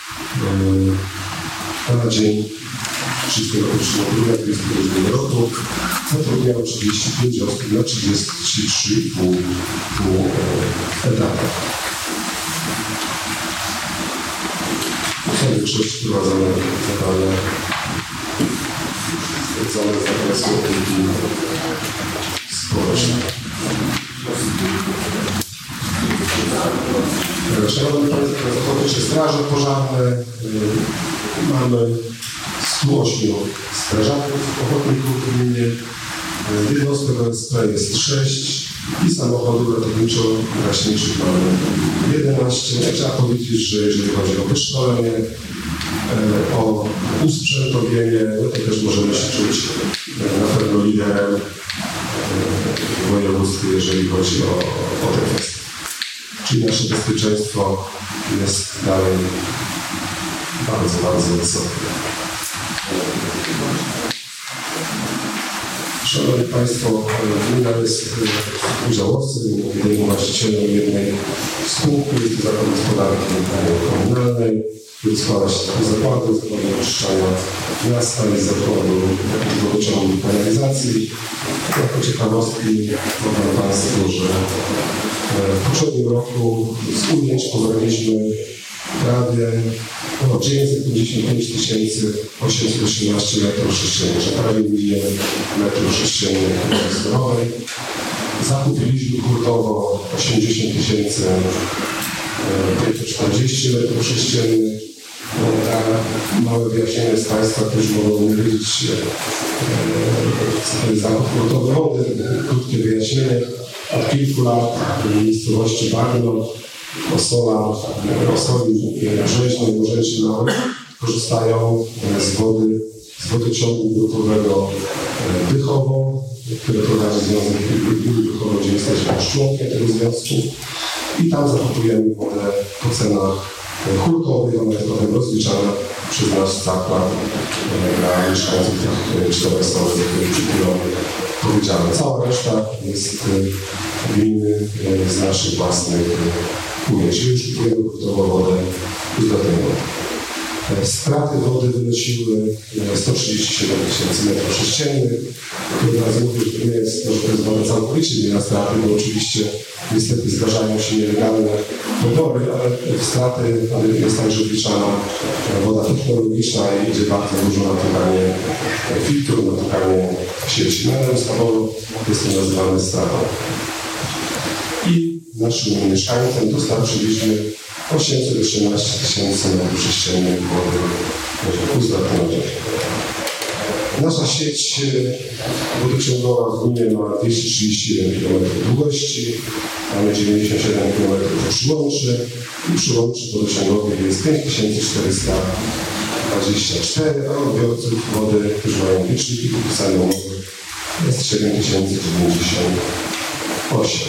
na dzień trzeciego grudnia dwa tysiące dwudziestego drugiego roku zatrudniało trzydzieści pięć osób na trzydzieści trzy i pół etata. W większości prowadzone zadania stwierdzone z zakresu opieki społecznej. Szanowni Państwo, Ochotnicze Straże Pożarne. Mamy stu ośmiu strażaków ochotników w gminie. Jednostek O S P jest sześć i samochodów ratowniczo-gaśniczych mamy jedenaście. Trzeba powiedzieć, że jeżeli chodzi o wyszkolenie, o usprzętowienie, no to też możemy się czuć na pewno liderem w województwie, jeżeli chodzi o, o te kwestie. Czyli nasze bezpieczeństwo jest dalej bardzo, bardzo wysokie. Szanowni Państwo, gmina jest udziałowcem, jedynym właścicielem jednej spółki, jest to Zakład Gospodarki Komunalnej, który składa się z zakładu, zakładu oczyszczania miasta i zakładu wodociągu i kanalizacji. Jako ciekawostki powiem Państwu, że w poprzednim roku z ujęć pobraliśmy prawie no, dziewięćset pięćdziesiąt pięć tysięcy osiemset osiemnaście metrów sześciennych, że prawie milion metrów sześciennych zbiorowej. Zakupiliśmy hurtowo osiemdziesiąt tysięcy pięćset czterdzieści metrów sześciennych. Małe wyjaśnienie z Państwa, którzy mogą nie wiedzieć, co to jest zakup hurtowy wody. Krótkie wyjaśnienie. Od kilku lat w miejscowości Bagno, Osola, Osoli, Brzeźno i Morzęcie Małe korzystają z wody, z wodociągu grupowego Bychowo, które prowadzi Związek Gmin Bychowo, gdzie jesteśmy członkiem tego związku. I tam zakupujemy wodę po cenach hurtowych, ona jest potem rozliczana przez nasz zakład dla mieszkańców tych czterech stolów, które przed chwilą powiedziałem. Cała reszta jest gminy z naszych własnych ujęć. Już kupujemy hurtową wodę uzdatnioną. Straty wody wynosiły sto trzydzieści siedem tysięcy metrów sześciennych. Od razu mówię, że to nie jest to, że to jest woda całkowicie nie na straty, bo oczywiście niestety zdarzają się nielegalne pobory, ale w straty jest także wliczana woda technologiczna i idzie bardzo dużo na tykanie filtrów, na tykanie sieci. No ale ustawowo jest to nazywane stratą. I naszym mieszkańcom dostarczyliśmy osiemset osiemnaście tysięcy metrów sześciennych wody uzdatnionej. Nasza sieć wodociągowa w gminie ma dwieście trzydzieści jeden kilometrów długości, mamy dziewięćdziesiąt siedem kilometrów przyłączy i przyłączy wodociągowych jest pięć tysięcy czterysta dwadzieścia cztery, a odbiorców wody, którzy mają liczniki podpisane umowy, jest siedem tysięcy dziewięćdziesiąt osiem.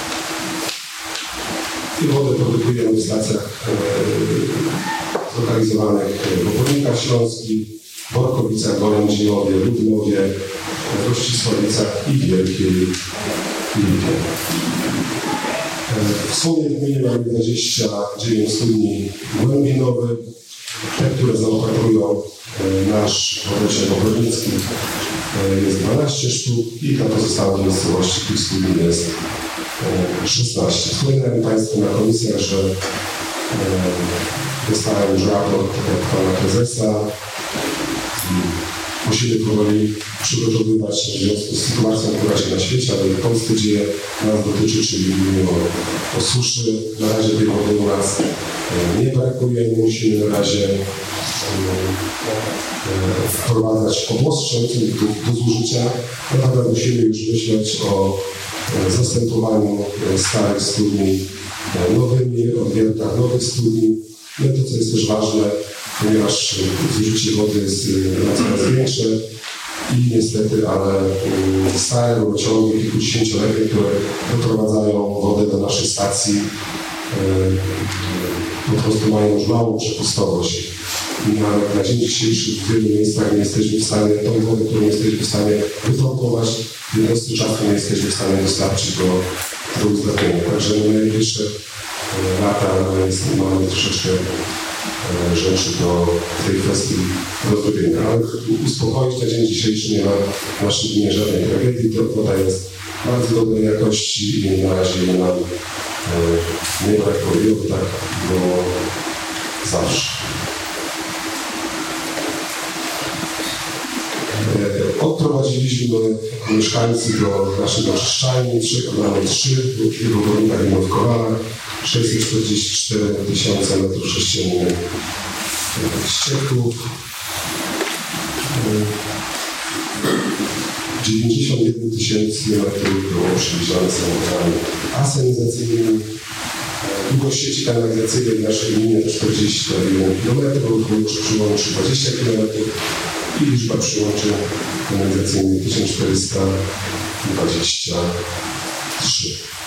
I wodę produkujemy w stacjach e, zlokalizowanych w Opolnikach Śląskich, Borkowicach, Golędzinowie, Ludnowie, Rościsławicach i Wielkiej Liwie. E, w sumie w gminie mamy dwadzieścia dziewięć studni głębinowych, te, które zaopatrują e, nasz wodociąg ochotnicki. E, jest dwanaście sztuk i na pozostałych miejscowości tych studni jest szesnaście. Wspominałem Państwu na komisjach, że e, dostałem już raport od Pana Prezesa. Musimy powoli przygotowywać w związku z sytuacją, która się na świecie, ale w Polsce dzieje, nas dotyczy, czyli mówimy o, o suszy. Na razie tej wody u nas e, nie brakuje, nie musimy na razie e, e, wprowadzać obostrzeń do, do zużycia. Natomiast musimy już myśleć o zastępowaniu starych studni nowymi, odwiertach nowych studni. No to, co jest też ważne, ponieważ zużycie wody jest coraz większe i niestety, ale stare rurociągi kilkudziesięcioletnie, które doprowadzają wodę do naszej stacji, po prostu mają już małą przepustowość. I nawet na dzień dzisiejszy w wielu miejscach nie jesteśmy w stanie, tą wodę, którą jesteśmy w stanie wypompować, w jednostce czasu nie jesteśmy w stanie dostarczyć do, do uzdatnienia. Także na najbliższe lata, no jest, mamy troszeczkę rzeczy do tej kwestii rozrobienia. Ale uspokoić na dzień dzisiejszy nie ma w naszej gminie żadnej tragedii. To woda jest bardzo dobrej jakości i na razie nam e, nie brakuje, bo tak było zawsze. E, odprowadziliśmy mieszkańcy do naszych oczyszczalni, mamy trzy w obwodnikach i w Kowarach, sześćset czterdzieści cztery tysiące metrów sześciennych ścieków, dziewięćdziesiąt jeden tysięcy metrów było przywiezione samochodami asenizacyjnymi. Długość sieci kanalizacyjnej w naszej gminie to czterdzieści jeden kilometrów, długość przyłączy dwadzieścia kilometrów i liczba przyłączeń kanalizacyjnych tysiąc czterysta dwadzieścia trzy.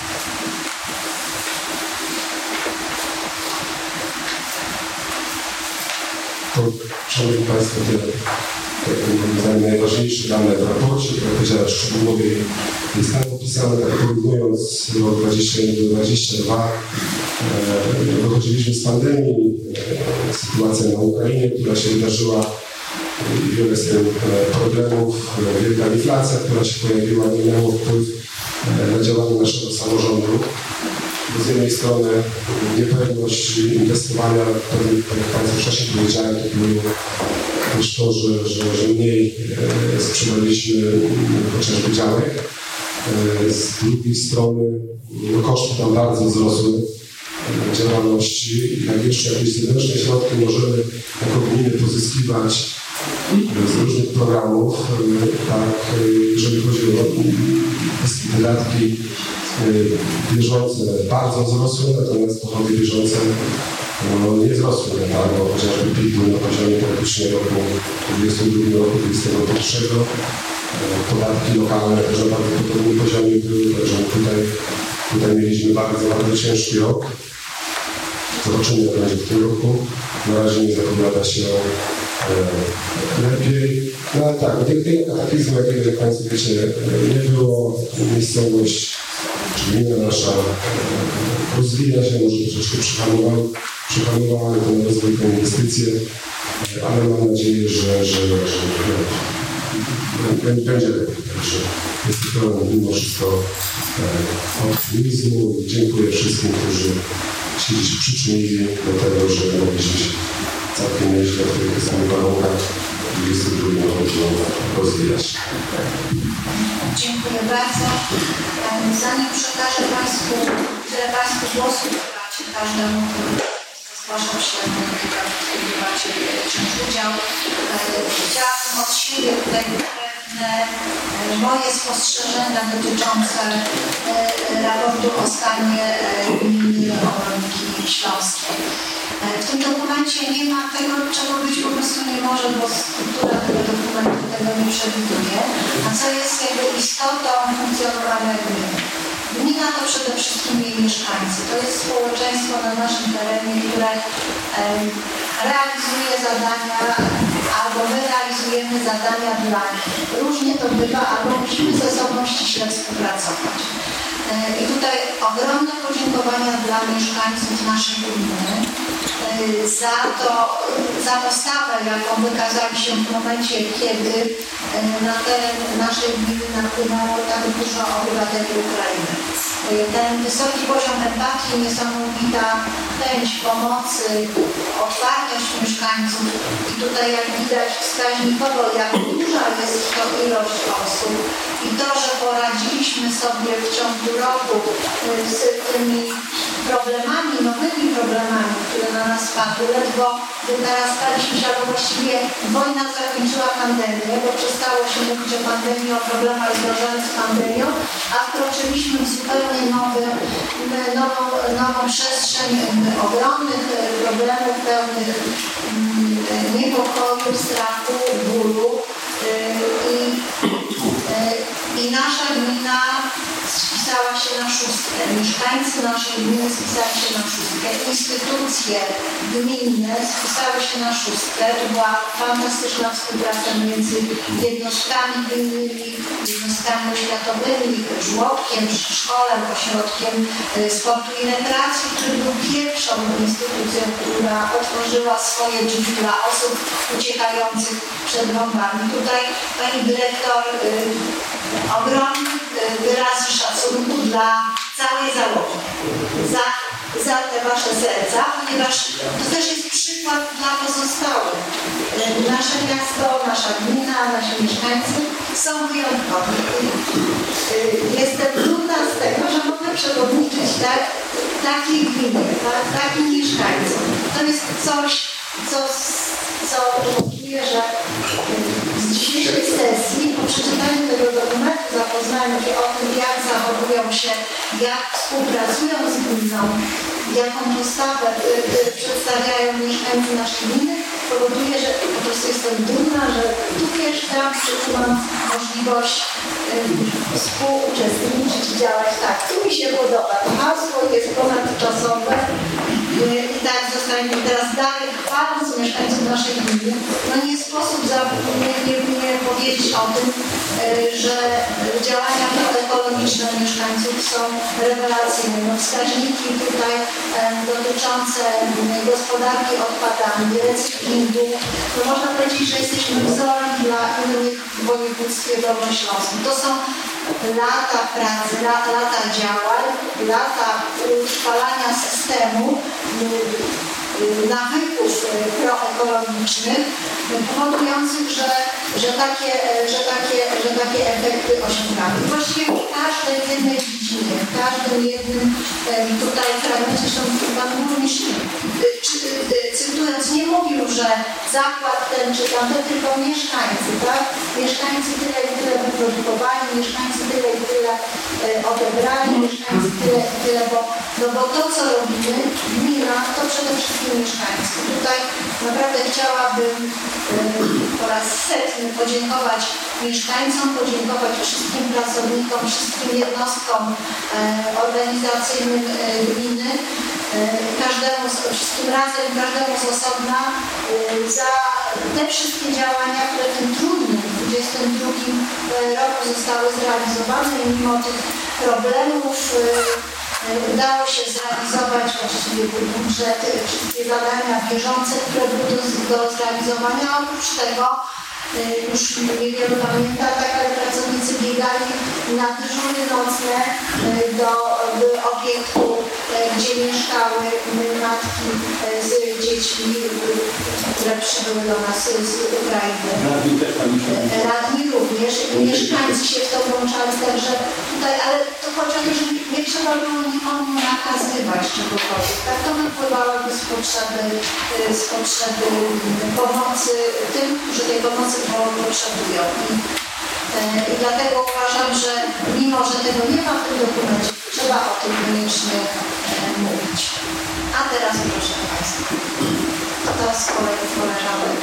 To, szanowni Państwo, te, te najważniejsze dane w raporcie, które powiedziałem szczegółowej, jest tam opisane, tak porównując rok dwadzieścia jeden do dwadzieścia dwa. E, wychodziliśmy z pandemii, e, sytuacja na Ukrainie, która się wydarzyła, i wiele z tych problemów, wielka inflacja, która się pojawiła, nie miało wpływ na działanie naszego samorządu. Z jednej strony niepewność inwestowania, tak jak Państwu wcześniej powiedziałem, to było też to, że, że, że mniej e, sprzedaliśmy chociażby działek. E, z drugiej strony no, koszty tam bardzo wzrosły e, działalności i jak jeszcze jakieś zewnętrzne środki możemy jako gminy pozyskiwać z różnych programów, e, tak, e, jeżeli chodzi o wydatki bieżące bardzo wzrosły, natomiast dochody bieżące no, nie wzrosły, tak, bo chociażby P I B na poziomie praktycznie roku dwudziestego drugiego roku, dwudziestego pierwszego. Podatki lokalne też na bardzo podobnym poziomie były, także tutaj, tutaj mieliśmy bardzo, bardzo ciężki rok. Zobaczymy, jak będzie w tym roku. Na razie nie zapowiada się e, lepiej. No ale tak, tego kataklizmu, jakiego, jak Państwo wiecie, nie było. Miejscowość, czy gmina nasza e, rozwija się, może troszeczkę przyhamowała, przyhamowała ten rozwój, te inwestycje, e, ale mam nadzieję, że, że, że, że będzie lepiej. Także jest to mimo wszystko e, optymizmu. Dziękuję wszystkim, którzy się dziś przyczynili do tego, że mogliśmy się całkiem nieźle w tych samych warunkach dwudziestego drugiego roku rozwijać. Dziękuję bardzo. Zanim przekażę Państwu, tyle Państwu głosu wybracie każdemu, zgłaszał się w debacie wziąć udział. Chciałabym od siebie tutaj pewne moje spostrzeżenia dotyczące raportu o stanie gminy Oborniki Śląskie. W tym dokumencie nie ma tego, czego być po prostu nie może, bo struktura tego dokumentu tego nie przewiduje. A co jest jakby istotą funkcjonowania gminy? Gmina to przede wszystkim jej mieszkańcy. To jest społeczeństwo na naszym terenie, które um, realizuje zadania, albo my realizujemy zadania dla nich. Różnie to bywa, albo musimy ze sobą ściśle współpracować. I tutaj ogromne podziękowania dla mieszkańców naszej gminy za to, za postawę, jaką wykazali się w momencie, kiedy na teren naszej gminy napłynęło tak dużo obywateli Ukrainy. Ten wysoki poziom empatii, niesamowita chęć pomocy, otwartość mieszkańców i tutaj jak widać wskaźnikowo, jak duża jest to ilość osób i to, że poradziliśmy sobie w ciągu roku z tymi problemami, nowymi problemami, które na nas spadły, ledwo wynarastaliśmy się, albo właściwie wojna zakończyła pandemię, bo przestało się mówić o pandemii, o problemach związanych z pandemią, a wkroczyliśmy w zupełnie nowy, nową, nową przestrzeń ogromnych problemów, pełnych niepokoju, strachu, bólu i, i nasza gmina spisała się na szóstkę. Mieszkańcy naszej gminy spisali się na szóstkę. Instytucje gminne spisały się na szóstkę. To była fantastyczna współpraca między jednostkami gminnymi, miastami oświatowymi, żłobkiem, przedszkolem, ośrodkiem sportu i rekreacji, który był pierwszą instytucją, która otworzyła swoje drzwi dla osób uciekających przed bombami. Tutaj pani dyrektor y, ogromny y, wyrazy szacunku dla całej załogi za, za te wasze serca, ponieważ to też jest przykład dla pozostałych. Y, nasze miasto, nasza gmina, nasi mieszkańcy są wyjątkowi. Y, y, jestem dumna z tego, że mogę przewodniczyć tak, takiej gminie, tak, takim mieszkańcom. To jest coś, co, co powoduje, że z dzisiejszej sesji, po przeczytaniu tego dokumentu, zapoznaniu się o tym, jak zachowują się, jak współpracują z gminą, jaką postawę y, y, przedstawiają mieszkańcy naszej gminy, powoduje, że po prostu jestem dumna, że tu mieszkam, że tu mam możliwość y, współuczestniczyć i działać tak. Tu mi się podoba. To hasło jest ponadczasowe y, i tak zostanie teraz dalej chwaląc mieszkańców naszej gminy. No nie sposób za, nie, nie, nie powiedzieć o tym, y, że działania ekologiczne mieszkańców są rewelacyjne. No, wskaźniki tutaj y, dotyczące y, gospodarki odpadami, recyklingu, no można powiedzieć, że jesteśmy wzorem dla innych w województwie dolnośląskim. To są lata pracy, lata, lata działań, lata utrwalania systemu, nawyków proekologicznych, powodujących, że, że, takie, że, takie, że takie efekty osiągamy. Właściwie w każdej jednej dziedzinie, w każdym jednym tutaj fragmencie, zresztą Pan Burmistrz, cytując, nie mówił, że zakład ten czy tamten, tylko mieszkańcy, tak? Mieszkańcy tyle i tyle wyprodukowali, mieszkańcy tyle i tyle odebrali, mieszkańcy tyle i tyle, bo, no bo to, co robimy, gmina, to przede wszystkim mieszkańcy. Tutaj naprawdę chciałabym po raz setny podziękować mieszkańcom, podziękować wszystkim pracownikom, wszystkim jednostkom organizacyjnym gminy, każdemu, wszystkim razem, każdemu z osobna za te wszystkie działania, które w tym trudnym dwudziestym drugim roku zostały zrealizowane i mimo tych problemów udało się zrealizować właściwie budżet, wszystkie zadania bieżące, które były do, do zrealizowania. Oprócz tego już niewielu pamięta, tak, ale pracownicy biegali na dyżury nocne do, do obiektu, gdzie mieszkały matki z dziećmi, które przybyły do nas z Ukrainy. Radni również i mieszkańcy się w to włączali, także tutaj, ale to chodzi o to, że nie trzeba było nikomu nakazywać czegokolwiek. Tak to wypływałoby z potrzeby, z potrzeby pomocy tym, którzy tej pomocy potrzebują. I, I dlatego uważam, że mimo, że tego nie ma w tym dokumencie, trzeba o tym koniecznie mówić. A teraz proszę Państwa, to z kolegów, koleżanek.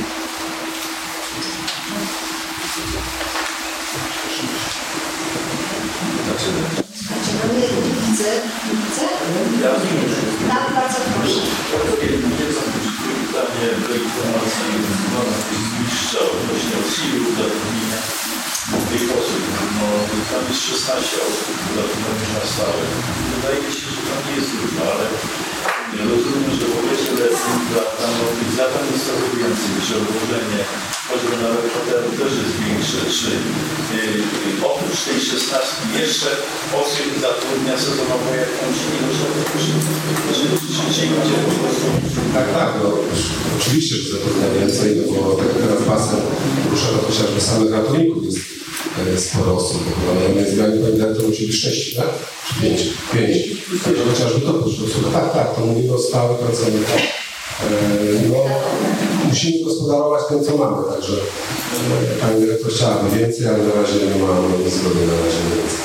Słuchajcie, no nie widzę, widzę? Tak, bardzo proszę. Pytanie legitymacji mistrza odnośnie osiłu zatrudnienia tych osób. No, tam jest szesnaście osób zatrudnionych na stałe. Wydaje mi się, że to nie jest dużo, ale rozumiem, że w okresie letnim tam tych zadań jest trochę więcej, że obłożenie choćby na reporteru też jest większe. Czy yy, oprócz tej szesnastki jeszcze osób zatrudnia sezonowo jakąś ilość osób? Czy, czy, czy gdzie po prostu? Tak, tak, no oczywiście, że zatrudnia więcej, no bo tak teraz basen rusza do chociażby samych ratowników jest e, sporo osób, bo chyba na zmianie dyrektor musi być sześć, tak? Czy pięć? Pięć. Także chociażby to poszło. Tak, tak, to mówimy o stałych pracownikach. E, no, musimy gospodarować tym, co mamy, także e, pani dyrektor chciałaby więcej, ale na razie nie mamy zgody na razie więcej.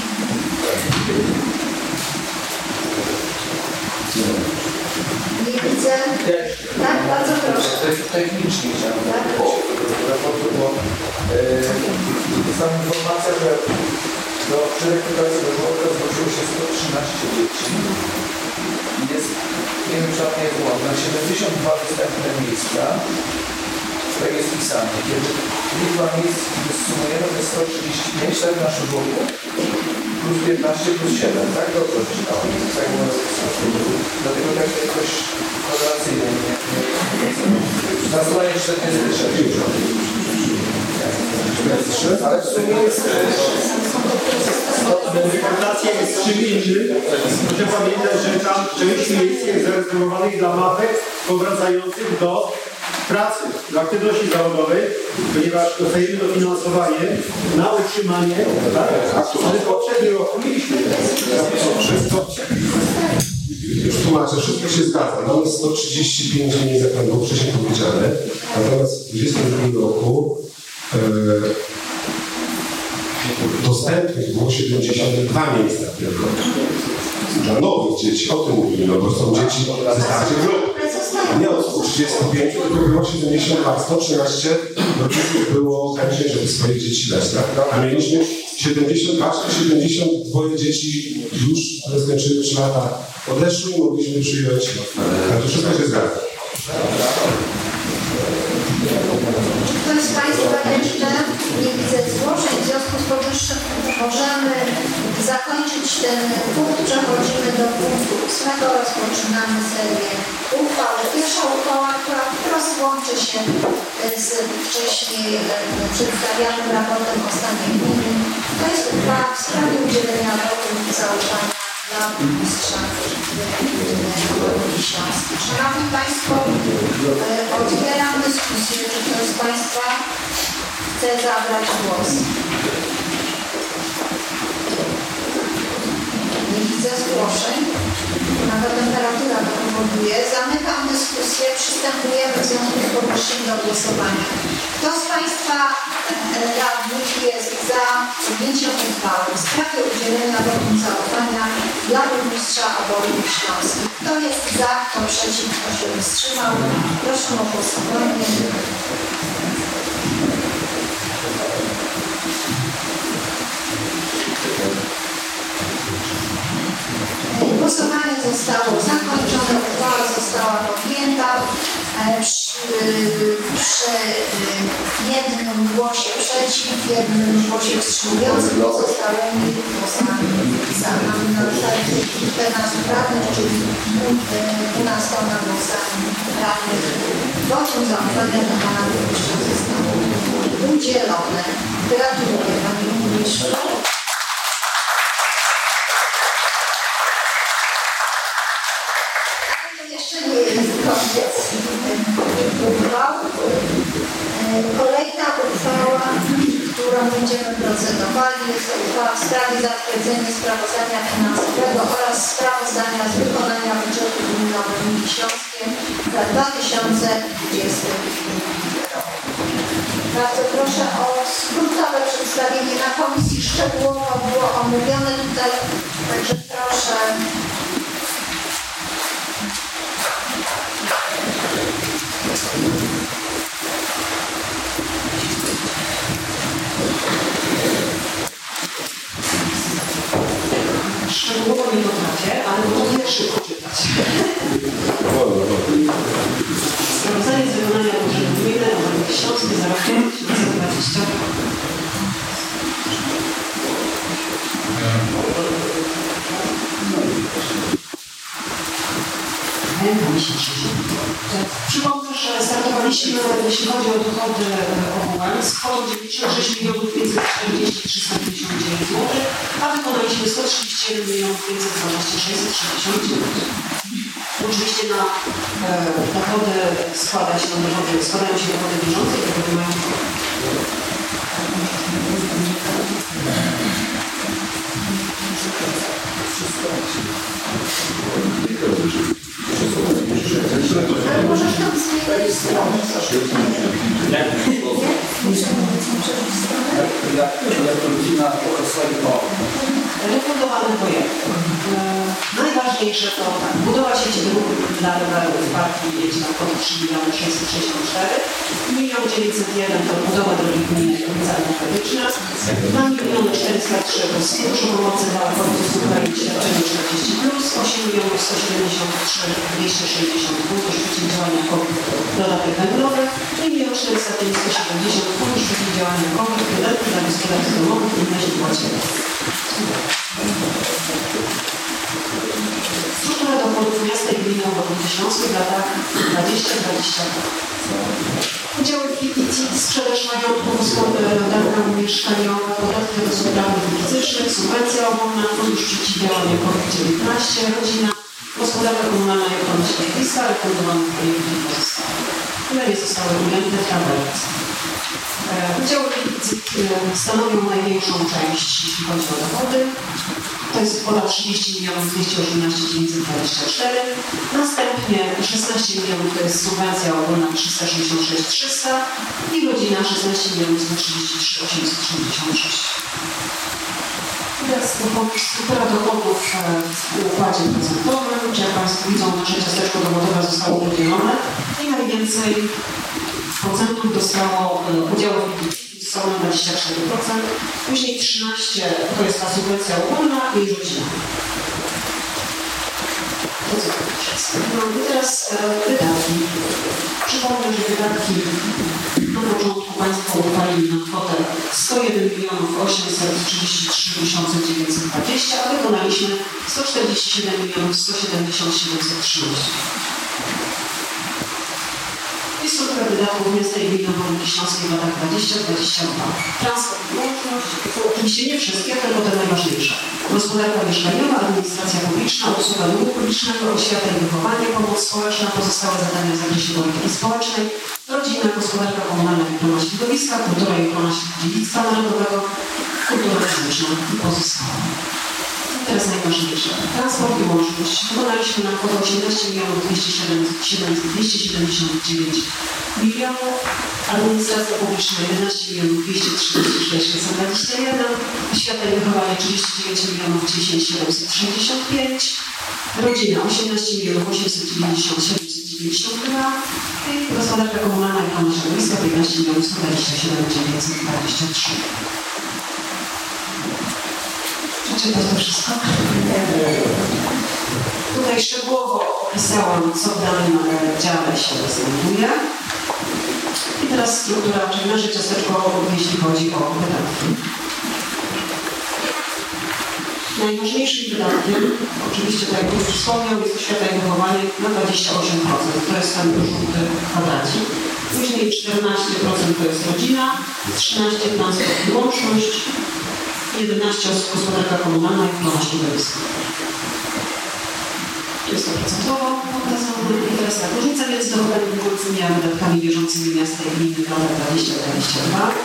Nie widzę. Tak, bardzo proszę. Technicznie chciałem do raportu, bo jest tam informacja, że do rekrutacji do żłobka zgłosiło się sto trzynaście dzieci. Jest, nie wiem, czy to nie jest błąd, na siedemdziesiąt dwa dostępne miejsca. tak jest pisane. Kiedy liczba miejsc sumujemy, to jest sto trzydzieści pięć, tak na szybowku, plus piętnaście, plus siedem, tak? Dobrze czytałem. Tak było. Dlatego tak jakoś korelacyjnie nie, nie, nie. Na stronie czterdzieści sześć. Ale w sumie jest... Rekomendacja jest czym innym. Proszę pamiętać, że tam część miejsc jest zarezerwowanych dla mapek powracających do pracy, do aktywności zawodowej, ponieważ dostajemy dofinansowanie na utrzymanie, tak? Ale poprzedni rok mieliśmy. Wszystko, już tłumaczę, wszystko się zgadza. Mamy sto trzydzieści pięć miejsc, jak nam było wcześniej powiedziane, natomiast w dwudziestym drugim roku e, dostępnych było siedemdziesiąt dwa miejsca tylko. Dla nowych dzieci, o tym mówimy, no bo są dzieci ze starszych grup. Nie od stu trzydziestu pięciu, tylko było siedemdziesiąt dwa, sto trzynaście rodziców było chętnie, żeby swoje dzieci dać, tak? A mieliśmy siedemdziesiąt dwa czy siedemdziesiąt dwa dzieci już, które skończyły trzy lata, odeszły i mogliśmy przyjąć. Ale to wszystko się zgadza. Ktoś z Państwa jeszcze nie widzę zgłoszeń, w związku z powyższym możemy zakończyć ten punkt. Przechodzimy do punktu ósmego. Rozpoczynamy serię uchwał. Pierwsza uchwała, która wprost łączy się z wcześniej przedstawianym raportem o stanie gminy. To jest uchwała w sprawie udzielenia wotum zaufania dla burmistrza Śląska. Szanowni Państwo, otwieram dyskusję. Czy ktoś z Państwa chce zabrać głos? Nie widzę zgłoszeń. Nawet temperatura to powoduje. Zamykam dyskusję. Przystępujemy w związku z powyższym do głosowania. Kto z Państwa radnych jest za przyjęciem uchwały w sprawie udzielenia wotum zaufania dla burmistrza Obornik Śląskich? Kto jest za, kto przeciw, kto się wstrzymał? Proszę o głosowanie. Głosowanie zostało zakończone, uchwała została podjęta przy, przy jednym głosie przeciw, jednym głosie wstrzymującym, pozostałymi głosami za. Mamy na sali czternastu radnych, czyli dwunastoma głosami radnych. Wotum zaufania do Pana Burmistrza zostało udzielone. Gratuluję Panie Burmistrzu. Jeszcze nie jest koniec uchwał. Kolejna uchwała, którą będziemy procedowali, jest uchwała w sprawie zatwierdzenia sprawozdania finansowego oraz sprawozdania z wykonania budżetu gminy Oborniki Śląskie za dwa tysiące dwudziesty rok. Bardzo proszę o skrótowe przedstawienie. Na komisji szczegółowo było omówione tutaj, także proszę. Szczegółowo nie potrafię, ale mogę szybko czytać. Sprawozdanie z wykonania budżetu gminy Obornik Śląski za rok dwa tysiące dwudziesty. Przypomnę, że startowaliśmy, jeśli chodzi o dochody ogółem, z kwotą dziewięćdziesiąt sześć milionów pięćset czterdzieści tysięcy trzysta pięćdziesiąt dziewięć złotych, a wykonaliśmy sto trzydzieści jeden milionów pięćset dwadzieścia sześć tysięcy sześćdziesiąt dziewięć. Oczywiście na e, dochody składa się na dochody, składają się dochody bieżące, które mają Ale możesz tam zmienić stronę. Jak to rodzina po refundowane projekty. Najbardziej najważniejsze to tak, budowa sieci dróg dla rowerów w parku jedzie na kwotę trzy miliony sześćset sześćdziesiąt cztery, milion dziewięćset jeden to budowa drogi gminnej ulica Armatyczna, dwa miliony czterysta trzy to z Funduszu Pomocy dla uchodźców z Ukrainy świadczenie czterdzieści plus, osiem milionów sto siedemdziesiąt trzy dwieście sześćdziesiąt Fundusz Przeciwdziałania COVID dodatek węglowy i milion czterysta pięć sto siedemdziesiąt Fundusz Przeciwdziałania COVID dodatki dla gospodarstw domowych i inne źródła ciepła. Struktura dochodów miasta i gminy Obwodnicy Śląskiej w latach dwudziestym do dwudziestego. Udziały w P I T, sprzedaż majątków, dawka mieszkaniowa, podatki od osób prawnych i fizycznych, subwencja ogólna, fundusz przeciwdziałania COVID dziewiętnaście, rodzina, gospodarka komunalna i ochrona środowiska, refundowane projekty i pozostałe. Które nie zostały ujęte w tabelce. Udziały w P I T stanowią największą część, jeśli chodzi o dochody. To jest kwota trzydzieści milionów dwieście osiemnaście tysięcy dziewięćset dwadzieścia cztery. Następnie szesnaście milionów to jest subwencja ogólna trzysta sześćdziesiąt sześć tysięcy trzysta i godzina szesnaście milionów sto trzydzieści trzy tysiące osiemset sześćdziesiąt sześć. Teraz struktura dochodów w układzie procentowym. Czy jak Państwo widzą, nasze ciasteczko dochodowe zostało podzielone i najwięcej procentów dostało udziałów dwadzieścia cztery procent, później trzynaście procent to jest ta subwencja ogólna i rodzina. To co to jest? No i teraz e, wydatki. Przypomnę, że wydatki na początku Państwo uchwalili na kwotę sto jeden milionów osiemset trzydzieści trzy tysiące dziewięćset dwadzieścia, a wykonaliśmy sto czterdzieści siedem milionów sto siedemdziesiąt siedemset trzynaście. I struktura wydatków miasta i gminy Obwodnicy Śląskiej w latach dwudziestym do dwudziestego drugiego. Transport i łączność, to oczywiście nie wszystkie, tylko te najważniejsze. Gospodarka mieszkaniowa, administracja publiczna, usługa długu publicznego, oświata i wychowanie, pomoc społeczna, pozostałe zadania w zakresie polityki społecznej, rodzina, gospodarka komunalna i ochrona środowiska, kultura i ochrona dziedzictwa narodowego, kultura fizyczna i pozostałe. Teraz najważniejsze. Transport i łączność. Wykonaliśmy na kwotę osiemnaście milionów dwieście siedemdziesiąt dziewięć milionów. Administracja publiczna jedenaście milionów dwieście trzydzieści sześć tysięcy dwadzieścia jeden. Oświata i wychowanie trzydzieści dziewięć milionów dziesięć tysięcy siedemset sześćdziesiąt pięć. Rodzina osiemnaście milionów osiemset dziewięćdziesiąt siedemset dziewięćdziesiąt dwa. I gospodarka komunalna i ochrona środowiska piętnaście milionów sto dwadzieścia siedem tysięcy dziewięćset dwadzieścia trzy. Przeczytać to wszystko? Tutaj szczegółowo opisałam, co w danym dziale się znajduje. I teraz struktura, czyli nasze ciasteczko, jeśli chodzi o wydatki. Najważniejszym wydatkiem, oczywiście tak jak już wspomniał, jest oświata i wychowanie na dwadzieścia osiem procent. To jest ten żółty kwadracik. Później czternaście procent to jest rodzina, trzynaście procent transport i łączność, jedenaście procent gospodarka komunalna i ochrona środowiska. Jest to procentowo pokazane. I teraz tak, różnica między dochodami bieżącymi a wydatkami bieżącymi miasta i gminy w latach dwudziestym do dwudziestego drugiego.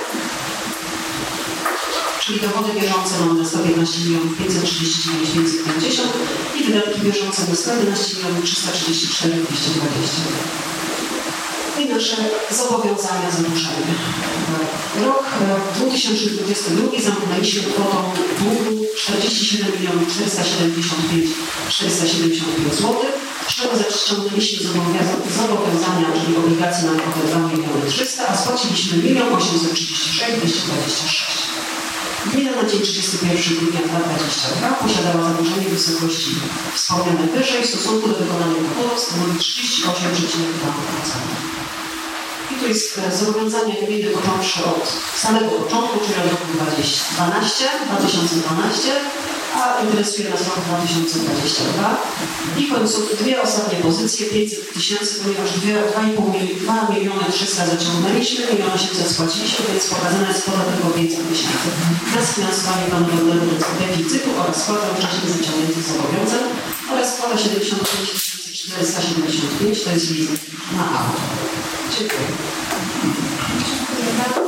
Czyli dochody bieżące mamy na sto piętnaście milionów pięćset trzydzieści dziewięć tysięcy pięćset pięćdziesiąt i wydatki bieżące na sto jedenaście milionów trzysta trzydzieści cztery tysiące dwieście dwadzieścia. I nasze zobowiązania zadłużenia. Rok dwa tysiące dwudziesty drugi zamknęliśmy kwotą długu czterdzieści siedem milionów czterysta siedemdziesiąt pięć tysięcy czterysta siedemdziesiąt pięć złotych, z czego zaciągnęliśmy zobowiązania, czyli obligacje na kwotę dwa miliony trzysta, a spłaciliśmy milion osiemset trzydzieści sześć tysięcy dwieście dwadzieścia sześć. Gmina na dzień trzydziestego pierwszego grudnia dwa tysiące dwudziestego drugiego posiadała zadłużenie w wysokości wspomnianej wyżej w stosunku do wykonanych dochodów stanowi trzydzieści osiem przecinek dwa procent. I tu jest zobowiązanie gminy począwszy od samego początku, czyli od roku dwa tysiące dwunastego, a interesuje nas rok dwa tysiące dwudziesty drugi. I w końcu dwie ostatnie pozycje, pięćset tysięcy, ponieważ dwa miliony trzysta zaciągnęliśmy, milion osiemset spłaciliśmy, więc pokazana jest kwota tylko pięćset tysięcy. Na sfinansowanie planowego deficytu oraz kwota wcześniej zaciągniętych zobowiązań oraz kwota siedemdziesiąt pięć tysięcy czterysta siedemdziesiąt pięć, to jest leasing na auto. Dziękuję. Dziękuję bardzo.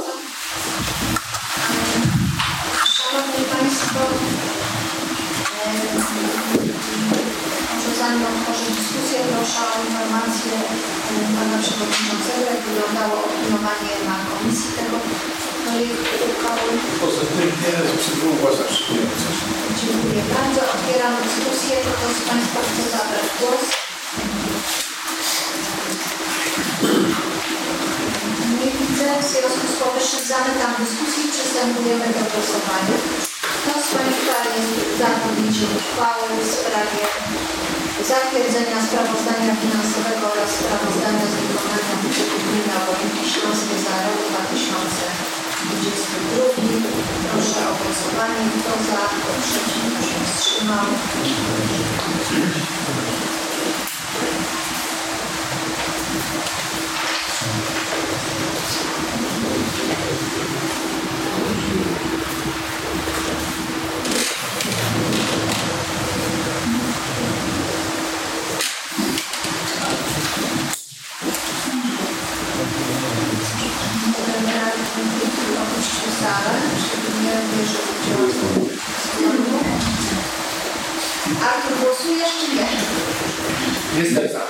Szanowni Państwo, może zanim otworzę dyskusję, proszę o informację Pana Przewodniczącego, jak wyglądało opiniowanie na komisji tego projekt uchwały? Pozytywnie przywołać. Dziękuję bardzo. Otwieram dyskusję. Kto z Państwa chce zabrać głos? Nie widzę. W związku z powyższym zamykam dyskusję i przystępujemy do głosowania. Kto z Państwa jest za podjęciem uchwały w sprawie zatwierdzenia sprawozdania finansowego oraz sprawozdania z wykonania budżetu gminy Oborniki Śląskie za rok dwa tysiące dwudziesty drugi? Proszę o głosowanie. Kto za, kto przeciw, kto się wstrzymał? Opuścił salę, czyli nie bierze udziału w składu. Artur, głosujesz czy nie? Jestem za.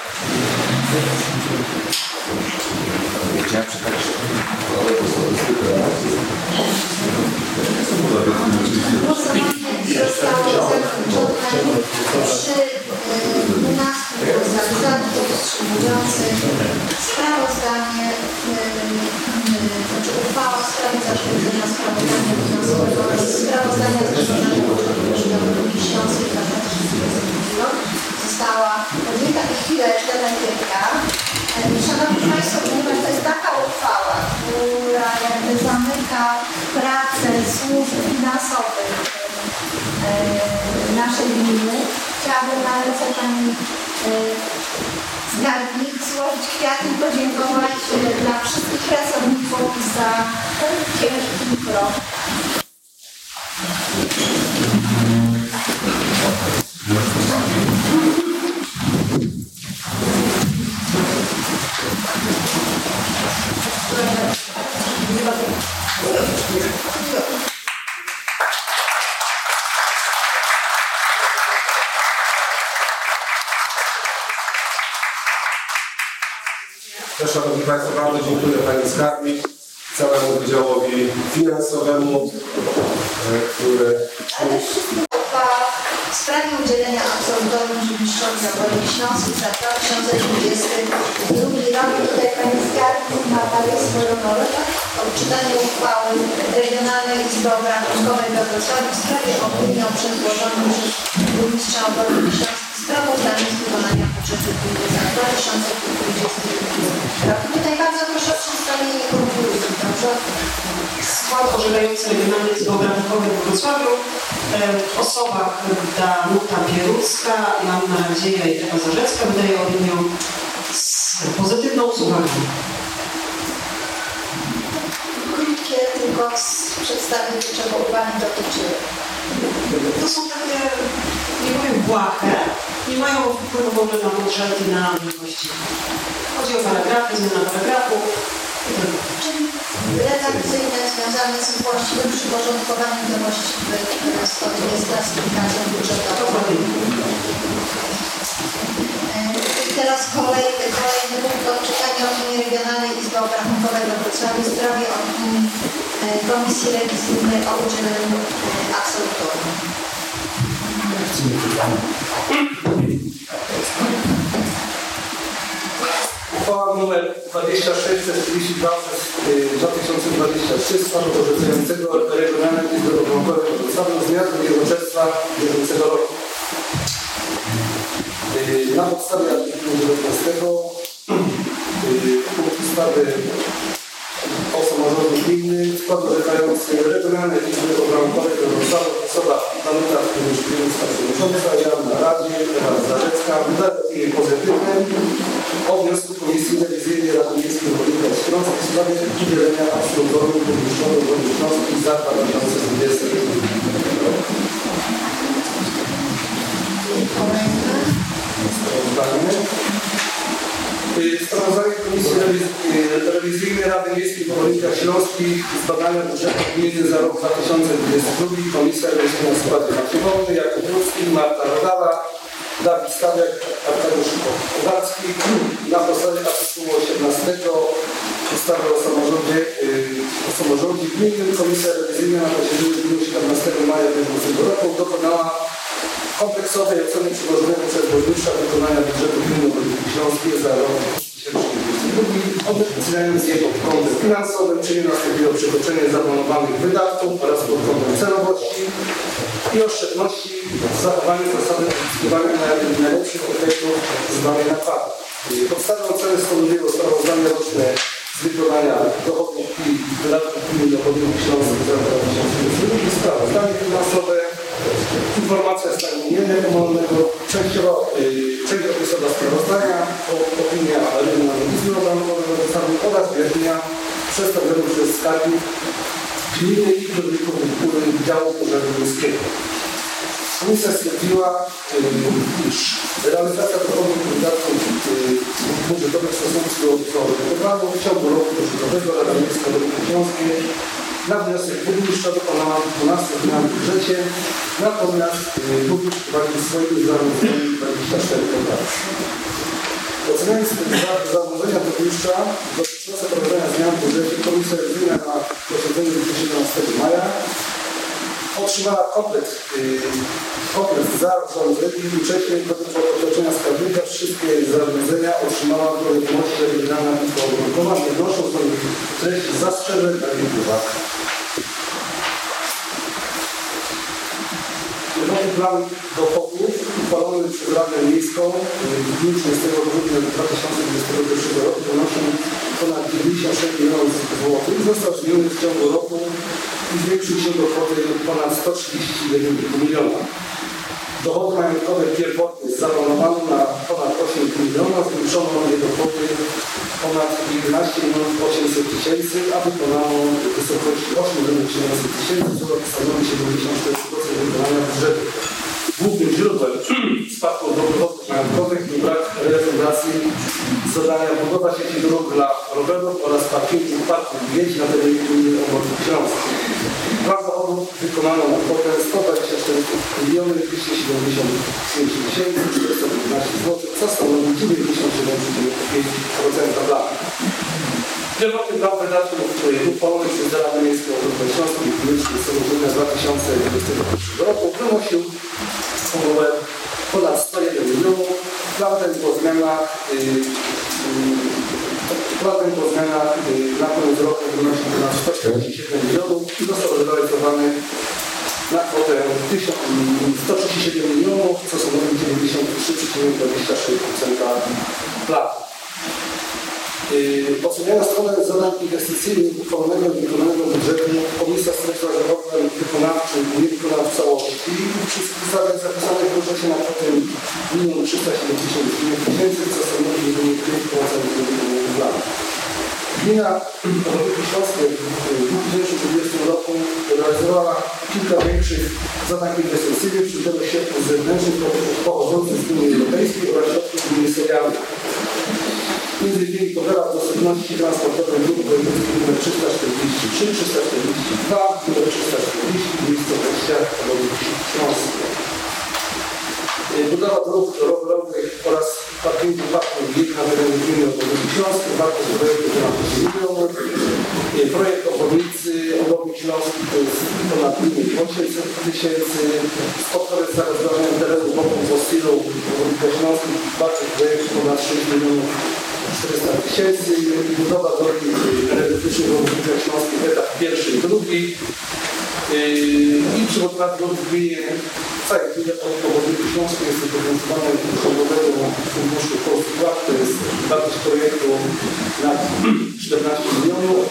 Chciałem przeczytać. Głosowanie zostało zakończone przy dwunastu głosach za, dwóch wstrzymujących. Sprawozdanie, znaczy uchwała w sprawie zatwierdzenia sprawozdania finansowego oraz sprawozdania z wykonania budżetu gminy Oborniki Śląskie za dwa tysiące dwudziesty drugi rok została podjęta. I chwilę jeszcze najpierw. Szanowni Państwo, ponieważ to jest taka uchwała, która jakby zamyka pracę służb finansowych naszej gminy, chciałabym na ręce Pani skarbnik złożyć kwiaty i podziękować dla wszystkich pracowników za ten ciężki krok. Szanowni Państwo, bardzo dziękuję Pani Skarbnik, całemu Wydziałowi Finansowemu, który... Ale uchwała w sprawie udzielenia absolutorium burmistrzowi Obornik Śląskich za dwa tysiące dwudziesty drugi rok. Tutaj Pani Skarbnik ma dalej swoją rolę o odczytanie uchwały Regionalnej Izby Obrachunkowej we Wrocławiu w sprawie opinii o przedłożonym przez burmistrza Obornik Śląskich sprawozdaniu z wykonania budżetu gminy za dwa tysiące dwudziesty drugi rok. Tutaj bardzo proszę o przedstawienie konkluzji. Skład orzekający Regionalnej Izby Obrachunkowej w Wrocławiu w osobach Danuta Pierucka, Joanna Radzieja i Ewa Zarzecka wydaje opinię z pozytywną uwagą. Krótkie tylko przedstawienie, czego uwagi dotyczyły. To są takie, nie powiem błahe, nie mają wpływu w ogóle na budżet i na możliwości. Chodzi o paragrafy, zmiana paragrafów. Czyli redakcyjne związane z właściwym przyporządkowaniem do właściwych zgodnie z klasyfikacją budżetową. I teraz kolejny, kolejny punkt odczytania opinii Regionalnej Izby Obrachunkowej we Wrocławiu w sprawie opinii Komisji Rewizyjnej o udzieleniu absolutorium. Uchwała nr dwadzieścia sześć czterdzieści dwa przez dwa tysiące dwadzieścia trzy składu orzekającego Regionalnej Izby Obrachunkowej we Wrocławiu z dnia drugiego czerwca bieżącego roku. Na podstawie artykułu dziewiętnastego punkt ustawy o samorządzie gminy skład orzekający Regionalnej Izby Obrachunkowej we Wrocławiu osoba Danuta Pierucka-Przewodnicząca, Joanna Radzieja, Ewa Zarzecka wydaje opinię pozytywną o wniosku Komisji Rewizyjnej Rady Miejskiej Obornika Śląskich w sprawie udzielenia absolutorium burmistrzowi Obornik Śląskich za dwa tysiące dwudziesty rok. Sprawozdanie Komisji Rewizyjnej Rady Miejskiej Obornika Śląskich z badania budżetu gminy za rok dwa tysiące dwudziesty drugi. Komisja rewizyjna w składzie Maciej Wolny, Jakub Rudzki, Marta Rodala, Dawid Stawiak, Arkadiusz Kowalski na podstawie artykułu osiemnastego ustawy o samorządzie, o samorządzie gminnym Komisja Rewizyjna na posiedzeniu w dniu siedemnastego maja bieżącego roku dokonała kompleksowej oceny przedłożonego przez burmistrza wykonania budżetu gminy Województwa Śląskiej za rok dwa tysiące dwudziesty drugi, oceniając jego pod kątem finansowym, czyli nastąpiło przekroczenie zaplanowanych wydatków oraz pod kątem celowości i oszczędności z zachowaniem zasady uzyskiwania najlepszych efektów z danej nakładu. Podstawą oceny stanowiło sprawozdanie roczne z wykonania dochodów i wydatków gminy Województwa Śląskiej za rok dwa tysiące dwudziesty drugi, sprawozdanie finansowe, informacja z stanu mienia komunalnego, częściowa, yy, część opisowa sprawozdania, opinia awaryjna wizji obrębowego zasadów oraz wyjaśnienia przedstawionych przez skarbnik gminy i kierowników działu urzędu miejskiego. Komisja stwierdziła, yy, iż realizacja dochodów i wydatków yy, budżetowych w stosunku do programu w ciągu roku budżetowego Rada Miejska Województwa Śląskiej na wniosek burmistrza dokonała dwunastu zmian w budżecie, natomiast yy, burmistrz prowadził swoimi zarządzeniami dwadzieścia cztery poprawki. Oceniając zarządzenia burmistrza dotyczące prowadzenia zmian w budżecie, Komisja Rewizyjna na posiedzeniu w dniu siedemnastego maja otrzymała komplet, yy, komplet zarządzeń i wcześniej do otoczenia skarbnika wszystkie zarządzenia otrzymała do wiadomości Regionalna Izba Obrachunkowa, nie wnosząc do nich treści zastrzeżeń i uwag. Nowy plan dochodów uchwalony przez Radę Miejską w dniu trzydziestego grudnia dwa tysiące dwudziestego pierwszego roku wynosił ponad dziewięćdziesiąt sześć milionów złotych. Został zmieniony w ciągu roku i zwiększył się do kwoty ponad sto trzydzieści jeden miliona. Dochody majątkowe pierwotnie zaplanowano na ponad osiem milionów, zwiększono je do kwoty ponad jedenaście milionów osiemset tysięcy, a wykonano w wysokości osiem milionów siedemset tysięcy, co stanowi siedemdziesiąt cztery procent wykonania budżetu. Głównym źródłem spadku dochodów majątkowych był brak refundacji zadania budowa sieci dróg dla rowerów oraz parkingu parków zdjęć na terenie gminy Województwa Śląskiej. Plan dochodów wykonano na kwotę sto dwadzieścia cztery miliony dwieście siedemdziesiąt pięć tysięcy czterysta piętnaście złotych, co stanowi dziewięćdziesiąt siedem przecinek pięć procent planu. Pierwotny plan wydatków uchwalony przez Radę Miejską Województwa Śląskiej w dniu trzydziestego grudnia dwa tysiące dwudziestego pierwszego roku wynosił umowę ponad sto jeden milionów. Plan ten po zmianach, yy, yy, plan ten po zmianach yy, na koniec roku wynosił ponad sto czterdzieści siedem milionów i został zrealizowany na kwotę sto trzydzieści siedem milionów, co stanowi dziewięćdziesiąt trzy przecinek dwadzieścia sześć procent planu. Yy, oceniając stronę zadań inwestycyjnych uchwalonego i wykonanego budżetu, Komisja stwierdziła, że organ wykonawczy nie wykonał w całości przy zadań zapisanych w budżecie na kwotę milion trzysta siedemdziesiąt dziewięć tysięcy, co stanowi jedynie pięć procent wykonanego planu. Gmina Województwa Śląskiej w dwa tysiące dwudziestym roku realizowała kilka większych zadań inwestycyjnych przy udziale środków zewnętrznych pochodzących z Unii Europejskiej oraz środków ministerialnych. Między innymi poprawa dostępności transportowej dróg wojewódzkich nr trzysta czterdzieści trzy, trzysta czterdzieści dwa, nr trzysta czterdzieści, dwieście dwadzieścia Województwa Śląskiej. Budowa dróg rowerowych oraz parkingu parków na terenie gminy Województwa Śląskiej, wartość projektu ponad osiem milionów. Projekt obwodnicy Obwodnik Śląski to jest ponad osiemset tysięcy. Spotkane z zarozdaniem terenu wokół Postilu Województwa Śląskiej, wartość projektu ponad sześć milionów czterysta tysięcy. Budowa drogi energetycznej Województwa Śląskiej, etap pierwszy i drugi. I przygotowanie dróg w gminie całej gminie Województwa Śląskiej jest zobowiązane do Rządowego Funduszu Polskich Ład, to jest wartość projektu na czternaście milionów.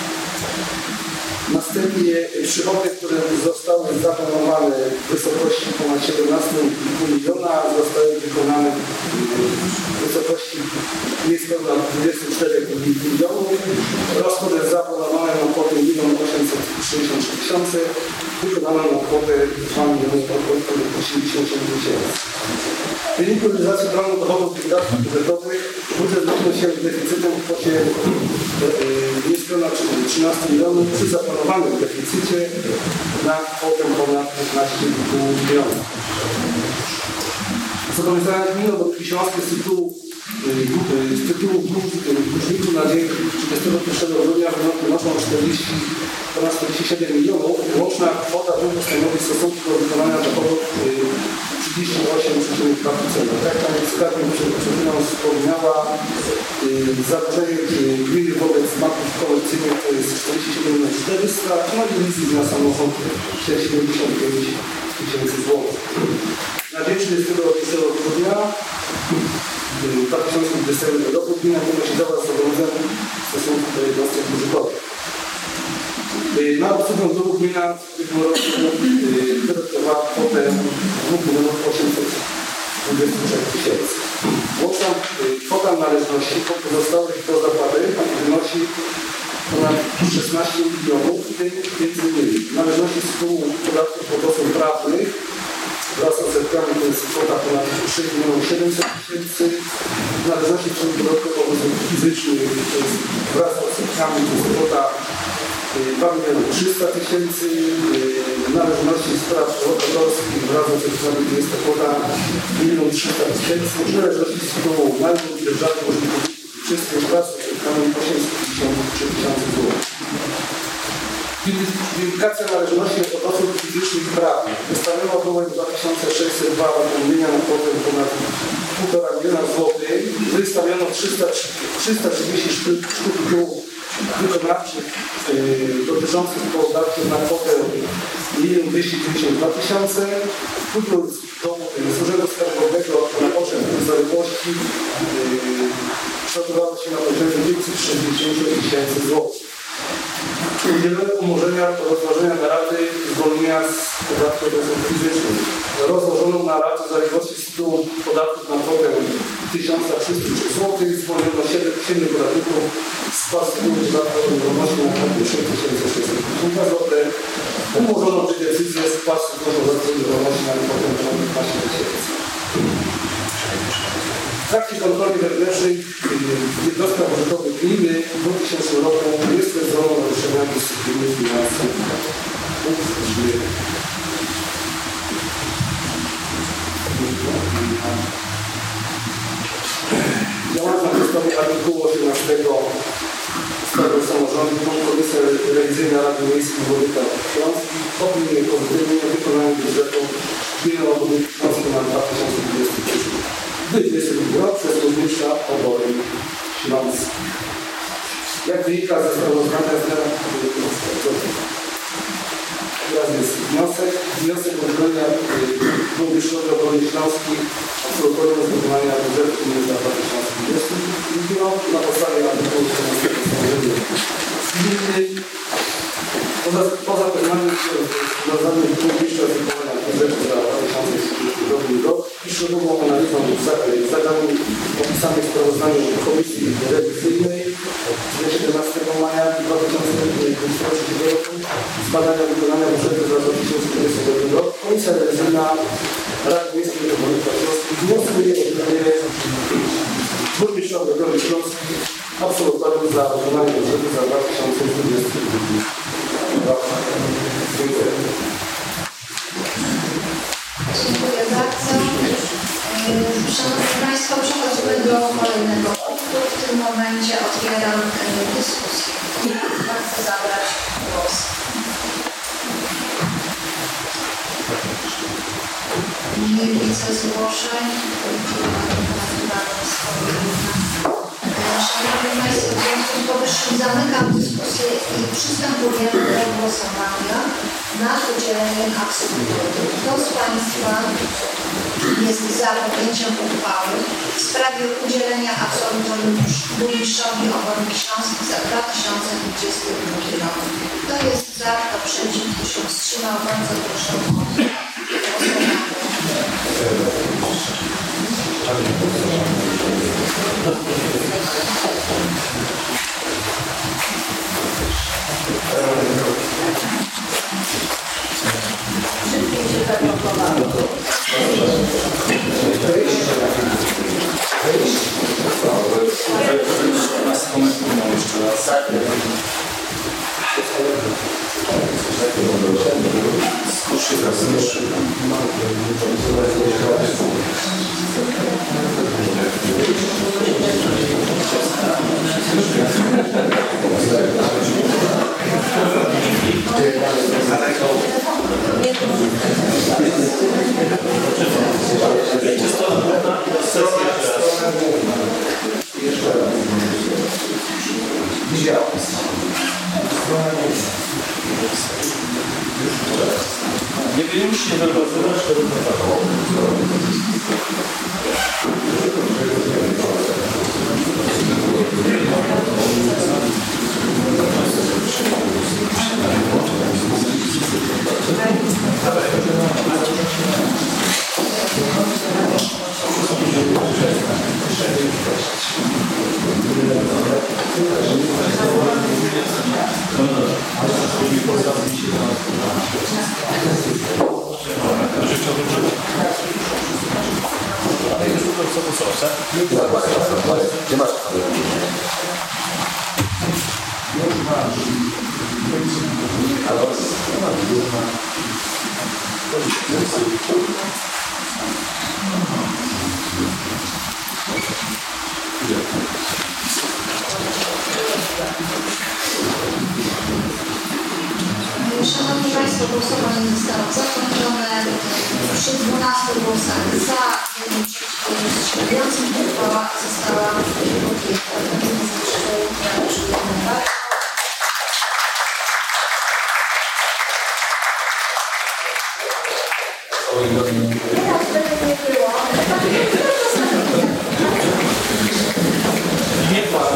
Następnie przychody, które zostały zaplanowane w wysokości ponad siedemnaście i pół miliona, zostały wykonane w wysokości niespełna dwadzieścia cztery milionów. Rozchody zaplanowane na kwotę milion osiemset sześćdziesiąt trzy tysiące, wykonane na kwotę dwa miliony osiemdziesiąt siedem tysięcy. W wyniku realizacji planu dochodów i wydatków budżetowych budżet dotknął się deficytem w kwocie niespełna trzynaście milionów przy zaplanowanym deficycie na kwotę ponad piętnaście i pół miliona. Zobowiązania gminy Województwa Śląskiej z tytułu z tytułu dłużników na dzień trzydziestego pierwszego grudnia wynoszą czterdzieści, ponad czterdzieści siedem milionów. Łączna kwota długu stanowi w stosunku do wykonania dochodu trzydzieści osiem przecinek dwa procent. Tak jak pani skarbnik przed chwilą wspomniała, zadłużenie gminy wobec banków komercyjnych to jest czterdzieści siedem milionów czterysta, no i leasing na samochód siedemdziesiąt pięć tysięcy złotych. Na dzień trzydziestego pierwszego grudnia dwa tysiące dwudziestego roku gmina nie posiadała zobowiązań w stosunku do jednostek budżetowych. Na obsługę długu gmina w tym roku wydatkowała kwotę dwa miliony osiemset dwadzieścia trzy tysięcy. Łączna kwota należności po pozostałych do zapłaty wynosi ponad szesnaście milionów, w tym między innymi należności z tytułu podatków od osób prawnych wraz z odsetkami to jest kwota ponad sześć milionów siedemset tysięcy, należności z tytułu podatku od osób fizycznych to jest wraz z odsetkami to jest kwota dwa miliony trzysta tysięcy, należności z spraw autorskich wraz z odsetkami to jest to kwota milion trzysta tysięcy, należności z tytułu najmu dzierżawy użytków wszystkich wraz z odsetkami osiemset pięćdziesiąt trzy tysiące złotych. Windykacja należności od osób fizycznych i prawnych wystawiona w numer dwa tysiące sześćset dwa zatrudnienia na kwotę ponad półtora miliona złotych. Wystawiono trzysta trzydzieści sztuk dzieł wykonawczych yy, dotyczących podatków na kwotę milion dwieście dziewięćdziesiąt dwa tysiące. Wpływ z domu Urzędu Skarbowego na poczet zaległości yy, kształtowało się na poziomie dziewięćset sześćdziesiąt tysięcy złotych. Udzielone umorzenia do rozłożenia na raty zwolnienia z podatku od osób fizycznych. Rozłożono na raty zaległości z tytułu podatków na kwotę tysiąc trzysta trzy złotych. Zwolniono siedem podatników z płacy podatku od nieruchomości na kwotę trzy tysiące sześćset pięćdziesiąt złotych. Umorzono trzy decyzje z płacy podatku od nieruchomości na kwotę dwanaście tysięcy. W trakcie kontroli wewnętrznej jednostka budżetowych gminy w dwa tysiące roku jest stwierdzono naruszenia dyscypliny finansów. Działając na podstawie artykułu osiemnastego ustawy o samorządzie, Komisja Rewizyjna Rady Miejskiej Województwa Śląskich opiniuje pozytywnie wykonanie budżetu gminy Obwodnicy Śląskiej na dwa tysiące dwudziesty trzeci rok przez Burmistrza Obory Śląsk. Jak wynika ze sprawozdania z teraz jest wniosek. Wniosek o udzielenia Burmistrzowi Obory Śląskich absolutorium z wykonania budżetu gminy za dwa tysiące dwudziesty drugi rok na podstawie artykułu czternastego samorządu gminy. Poza, poza wykonaniem związanym z Burmistrza z wykonania budżetu za dwa tysiące dwudziesty drugi rok i szczegółową analizą zadań opisanych w sprawozdaniu Komisji Rewizyjnej z siedemnastego maja dwa tysiące dwudziestego trzeciego roku z badania wykonania budżetu za dwa tysiące dwudziesty drugi rok Komisja Rewizyjna Rady Miejskiej Województwa Śląskich wnioskuje o udzielenie Burmistrzowi Obory Śląskich absolutorium za wykonanie budżetu za dwa tysiące dwudziesty drugi rok. Dziękuję. Dziękuję bardzo. Szanowni Państwo, przechodzimy do kolejnego punktu. W tym momencie otwieram dyskusję. Kto chce zabrać głos? Nie widzę zgłoszeń. Szanowni Państwo, w związku z powyższym zamykam dyskusję i przystępujemy do głosowania nad udzieleniem absolutorium. Kto z Państwa jest za podjęciem uchwały w sprawie udzielenia absolutorium Burmistrzowi Obory Śląskich za dwa tysiące dwudziesty drugi rok? Kto jest za, kto przeciw, kto się wstrzymał? Bardzo proszę o głosowanie. Szybciej się zablokowało. Jeszcze raz. Ty już nie wypracowasz tego wypadku. Nie masz. Szanowni Państwo, głosowanie zostało zakończone. Przy dwunastu głosach za, jednym przeciwko, wstrzymującym uchwała została podjęta. Gratulujemy bardzo. Teraz by nie było. Nie pan.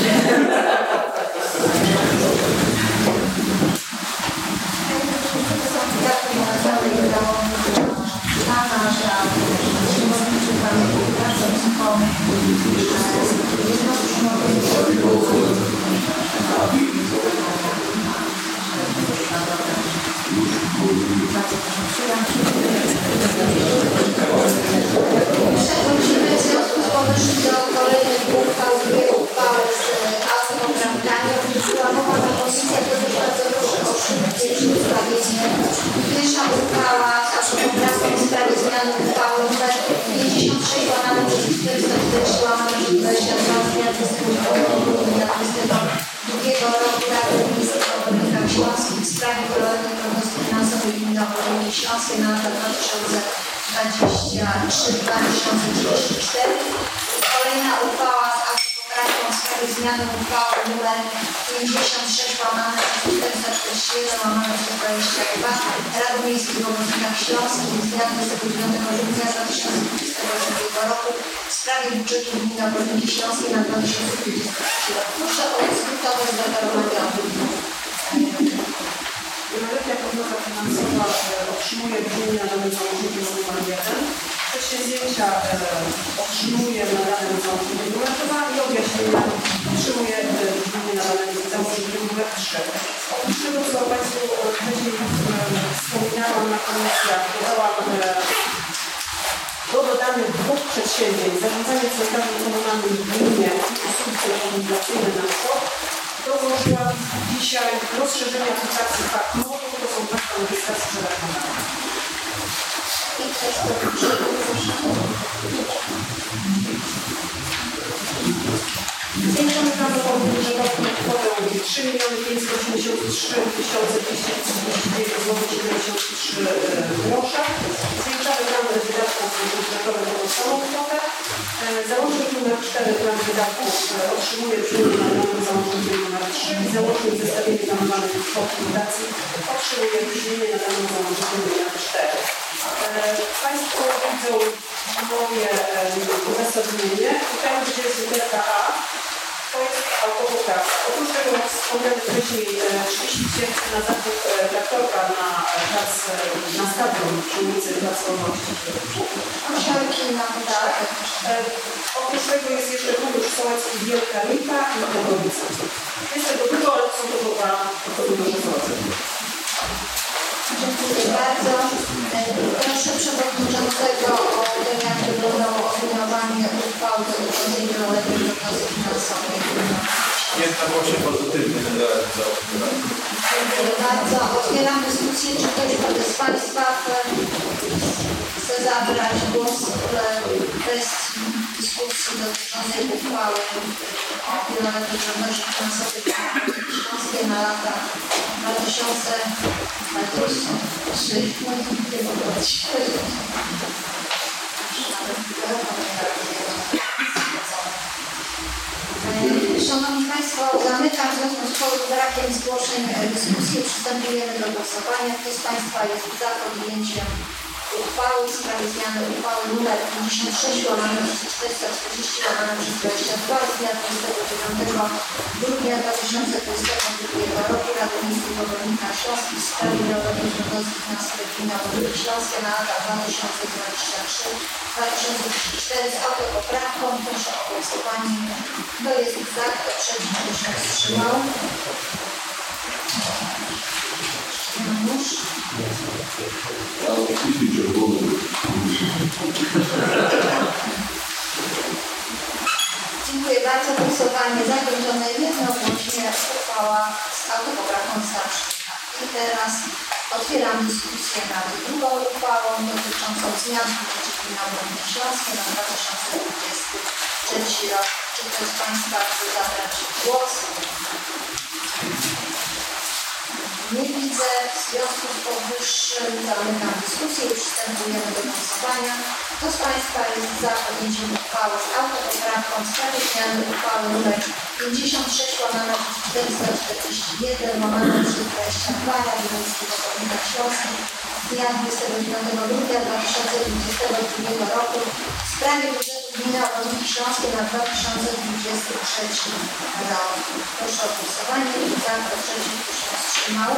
Przechodzimy w związku z powyższym do kolejnych uchwał, dwie uchwały z autopoprawkami. Była mowa na komisjach, to też bardzo proszę o szybkie przedstawienie. Pierwsza uchwała z autopoprawką w sprawie zmiany uchwały nr pięćdziesiąt sześć łamane przez czterysta czterdzieści łamane przez dwadzieścia dwa z dnia dwudziestego grudnia dwudziestego drugiego roku Rady Ministrów o Rolnikach Śląskich w sprawie wprowadzenia prognozy finansowej gminy Okręgi Śląskiej na lata dwa tysiące dwudziesty trzeci do dwa tysiące trzydziestego czwartego. Kolejna uchwała z autopoprawką w sprawie zmiany uchwały nr pięćdziesiąt sześć łamane przez czterysta czterdzieści jeden łamane przez dwadzieścia dwa Rady Miejskiej w Okręgach Śląskich z dnia dwudziestego dziewiątego grudnia dwa tysiące dwudziestego drugiego roku w sprawie budżetu gminy Okręgi Śląskiej na dwa tysiące dwudziesty trzeci rok. Proszę o dyskutować z zagarnięciem. Wieloletnia prognoza finansowa otrzymuje gminy na danym załączniku numer jeden. Przedsięwzięcia otrzymuje na danym załączniku numer dwa i objaśnienia otrzymuje gminy na danym załączniku numer trzy. Oprócz tego, co Państwu wcześniej wspominałam na komisjach, dodałam do dodanych dwóch przedsięwzięć zarządzanie cmentarzem komunalnym w gminie i instrukcje organizacyjne na sport. Dołożyłam dzisiaj rozszerzenie aplikacji fakmowych, to są dwa stanowiska sprzedażowe. I ktoś to Zwiększamy prawdopodobnie budżetową kwotę trzy miliony pięćset osiemdziesiąt trzy tysiące dwieście trzydzieści dziewięć złotych siedemdziesiąt trzy grosze. Zwiększamy plany wydatków budżetowych o samą kwotę. Załącznik numer cztery, plan wydatków otrzymuje brzmienie na danym załączniku numer trzy i załącznik zestawienie planowanych kwot fundacji otrzymuje brzmienie na danym załączniku numer cztery. Państwo widzą moje uzasadnienie. Tutaj, gdzie jest literka A, to jest autopoprawka. Oprócz tego wspomniany wcześniej trzydzieści tysięcy na zakup traktorka na czas na stadion przy ulicy Plac Wolności. Osiągi na tak. Oprócz tego jest jeszcze Fundusz Sołecki Wielka Lipa i Podobica. Jest tego dużo, ale są to chyba duże sołece. Dziękuję bardzo. Proszę Przewodniczącego o to, jak wyglądało opiniowanie uchwały dotyczącej wieloletniej prognozy finansowej. Jednogłośnie pozytywnie za opiniowanie. Dziękuję bardzo. Otwieram dyskusję. Czy ktoś z Państwa chce zabrać głos w kwestii dyskusji dotyczącej uchwały o wieloletniej prognozie finansowej Śląskiej na lata dwa tysiące dwudziesty trzeci do dwa tysiące trzydziestego. Szanowni Państwo, zamykam w związku z brakiem zgłoszeń dyskusji. Przystępujemy do głosowania. Kto z Państwa jest za podjęciem uchwały w sprawie zmiany uchwały nr pięćdziesiąt sześć łamane przez czterysta czterdzieści łamane przez dwadzieścia dwa z dnia dwudziestego dziewiątego grudnia dwa tysiące dwudziestego drugiego roku Rady Miejskiej Wodownika Śląskich w sprawie geologii Śląskich na Gminy Wodowiki Śląskie na lata dwa tysiące dwudziesty trzeci do dwa tysiące trzydziestego czwartego z autopoprawką. Proszę o głosowanie. Kto jest za, kto przeciw, kto się wstrzymał? Janusz? Dziękuję bardzo. Głosowanie zakończone jednogłośnie. Uchwała z autopoprawką starszych. I teraz otwieram dyskusję nad drugą uchwałą dotyczącą zmian w budżecie Gminy Wodowiki Śląskie na dwa tysiące dwudziesty trzeci rok. Czy ktoś z Państwa chce zabrać głos? Nie widzę. W związku z powyższym zamykam dyskusję i przystępujemy do głosowania. Kto z Państwa jest za podjęciem uchwały z autopoprawką w sprawie zmiany uchwały nr pięćdziesiąt sześć łamane przez czterysta czterdzieści jeden łamane przez dwadzieścia dwa Rady Miejskiej Wodownika Śląskich z dnia dwudziestego dziewiątego grudnia dwa tysiące dwudziestego drugiego roku w sprawie budżetu Gminy Wodowiki Śląskie na dwa tysiące dwudziesty trzeci rok. Proszę o głosowanie. Za, kto przeciw, kto się wstrzymał?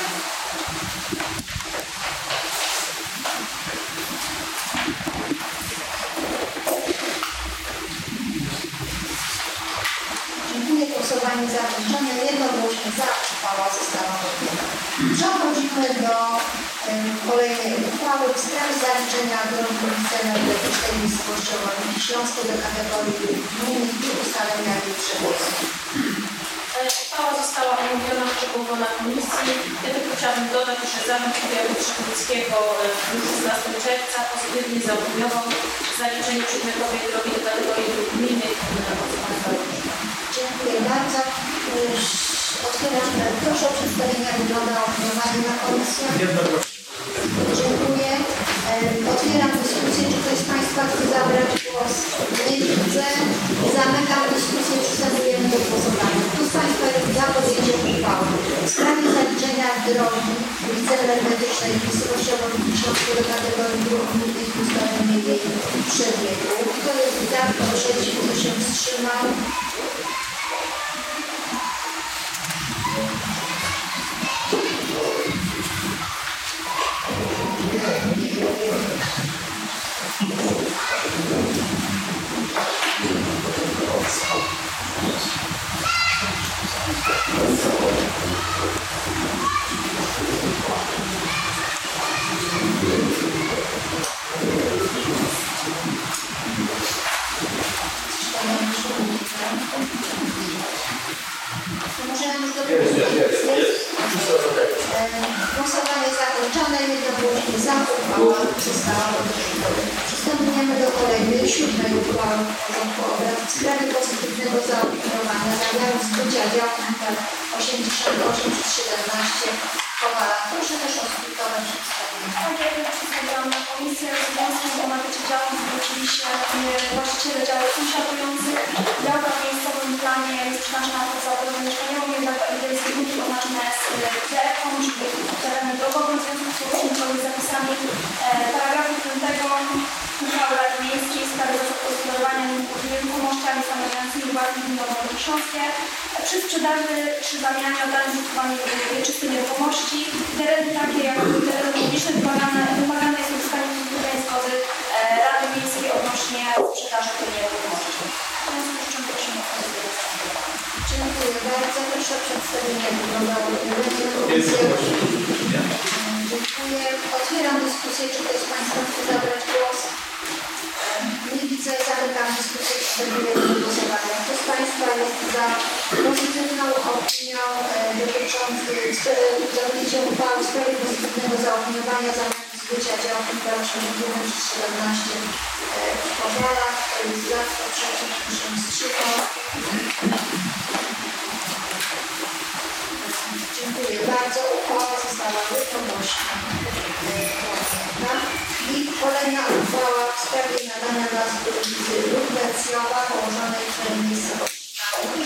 Dziękuję. Głosowanie zakończone. Jednogłośnie za uchwała została podjęta. Przechodzimy do um, kolejnej uchwały w sprawie zaliczenia drogi energetycznej miejscowości Wodowiki Śląskie do kategorii gminy i ustalenia jej przepisów. Uchwała została omówiona szczegółowo na komisji. Ja tylko chciałabym dodać, że Zarząd Powiatu Trzebnickiego szesnastego czerwca pozytywnie zaopiniował zaliczenie przedmiotowej drogi do kategorii dróg gminnych. Dziękuję bardzo. Otwieram, proszę o przedstawienie wygląda opiniowania na komisję. Dziękuję. Otwieram dyskusję. Czy ktoś z Państwa chce zabrać głos? Nie widzę. Zamykam dyskusję. Przystępujemy do głosowania. Kto z Państwa jest za podjęciem uchwały w sprawie zaliczenia drogi ulicy energetycznej w miejscowości Wodowiki Śląskie do kategorii dróg gminnych i ustalenia jej przebiegu? Kto jest za, kto przeciw, kto się wstrzymał? Możemy już do tego. Głosowanie zakończone. Jednogłośnie za uchwała została podjęta. Przystępujemy do kolejnej, siódmej uchwały w porządku obrad w sprawie pozytywnego zaopiniowania zamiaru zbycia działu numer osiemdziesiąt osiem przez siedemnaście Kowala. Proszę też o skrótowe przedstawienie. Tak jak już przedstawiłam na komisję, w związku z tematyką działu zwrócili się właściciele działów sąsiadujących. Działka w miejscowym planie jest przeznaczona pod zabudowę mieszkaniową, jednak ewidencje gruntu oznaczone jest D Fą, czyli terenem drogowym, w związku z poruszonymi zapisami e, paragrafu piątego uchwały Rady Miejskiej w sprawie zagospodarowania nieruchomościami stanowiącymi własność Gminy Wodowiki Śląskie przy sprzedaży czy zamianie oddanych użytkowania wieczystej nieruchomości. Tereny takie jak tereny publiczne wymagane, wymagane jest uzyskanie pozytywnej zgody e, Rady Miejskiej odnośnie sprzedaży tej nieruchomości. W związku z czym prosimy o pozytywne stanowisko. Dziękuję bardzo. Proszę o przedstawienie wyglądało komisję. Dziękuję. Otwieram dyskusję. Czy ktoś z Państwa chce zabrać głos? Nie widzę. Zamykam dyskusję. Przystępujemy do głosowania. Kto z Państwa jest za pozytywną opinią dotyczącą podjęcia uchwały w sprawie pozytywnego zaopiniowania zamiaru zbycia działki numer osiemdziesiąt przez siedemnaście w Kowalach? Kto jest za? Kto przeciw? Kto się wstrzymał? Dziękuję bardzo. Uchwała została jednogłośnie podjęta. I kolejna uchwała w sprawie nadania nazwy ulicy Lubecjowa położonej w miejscowości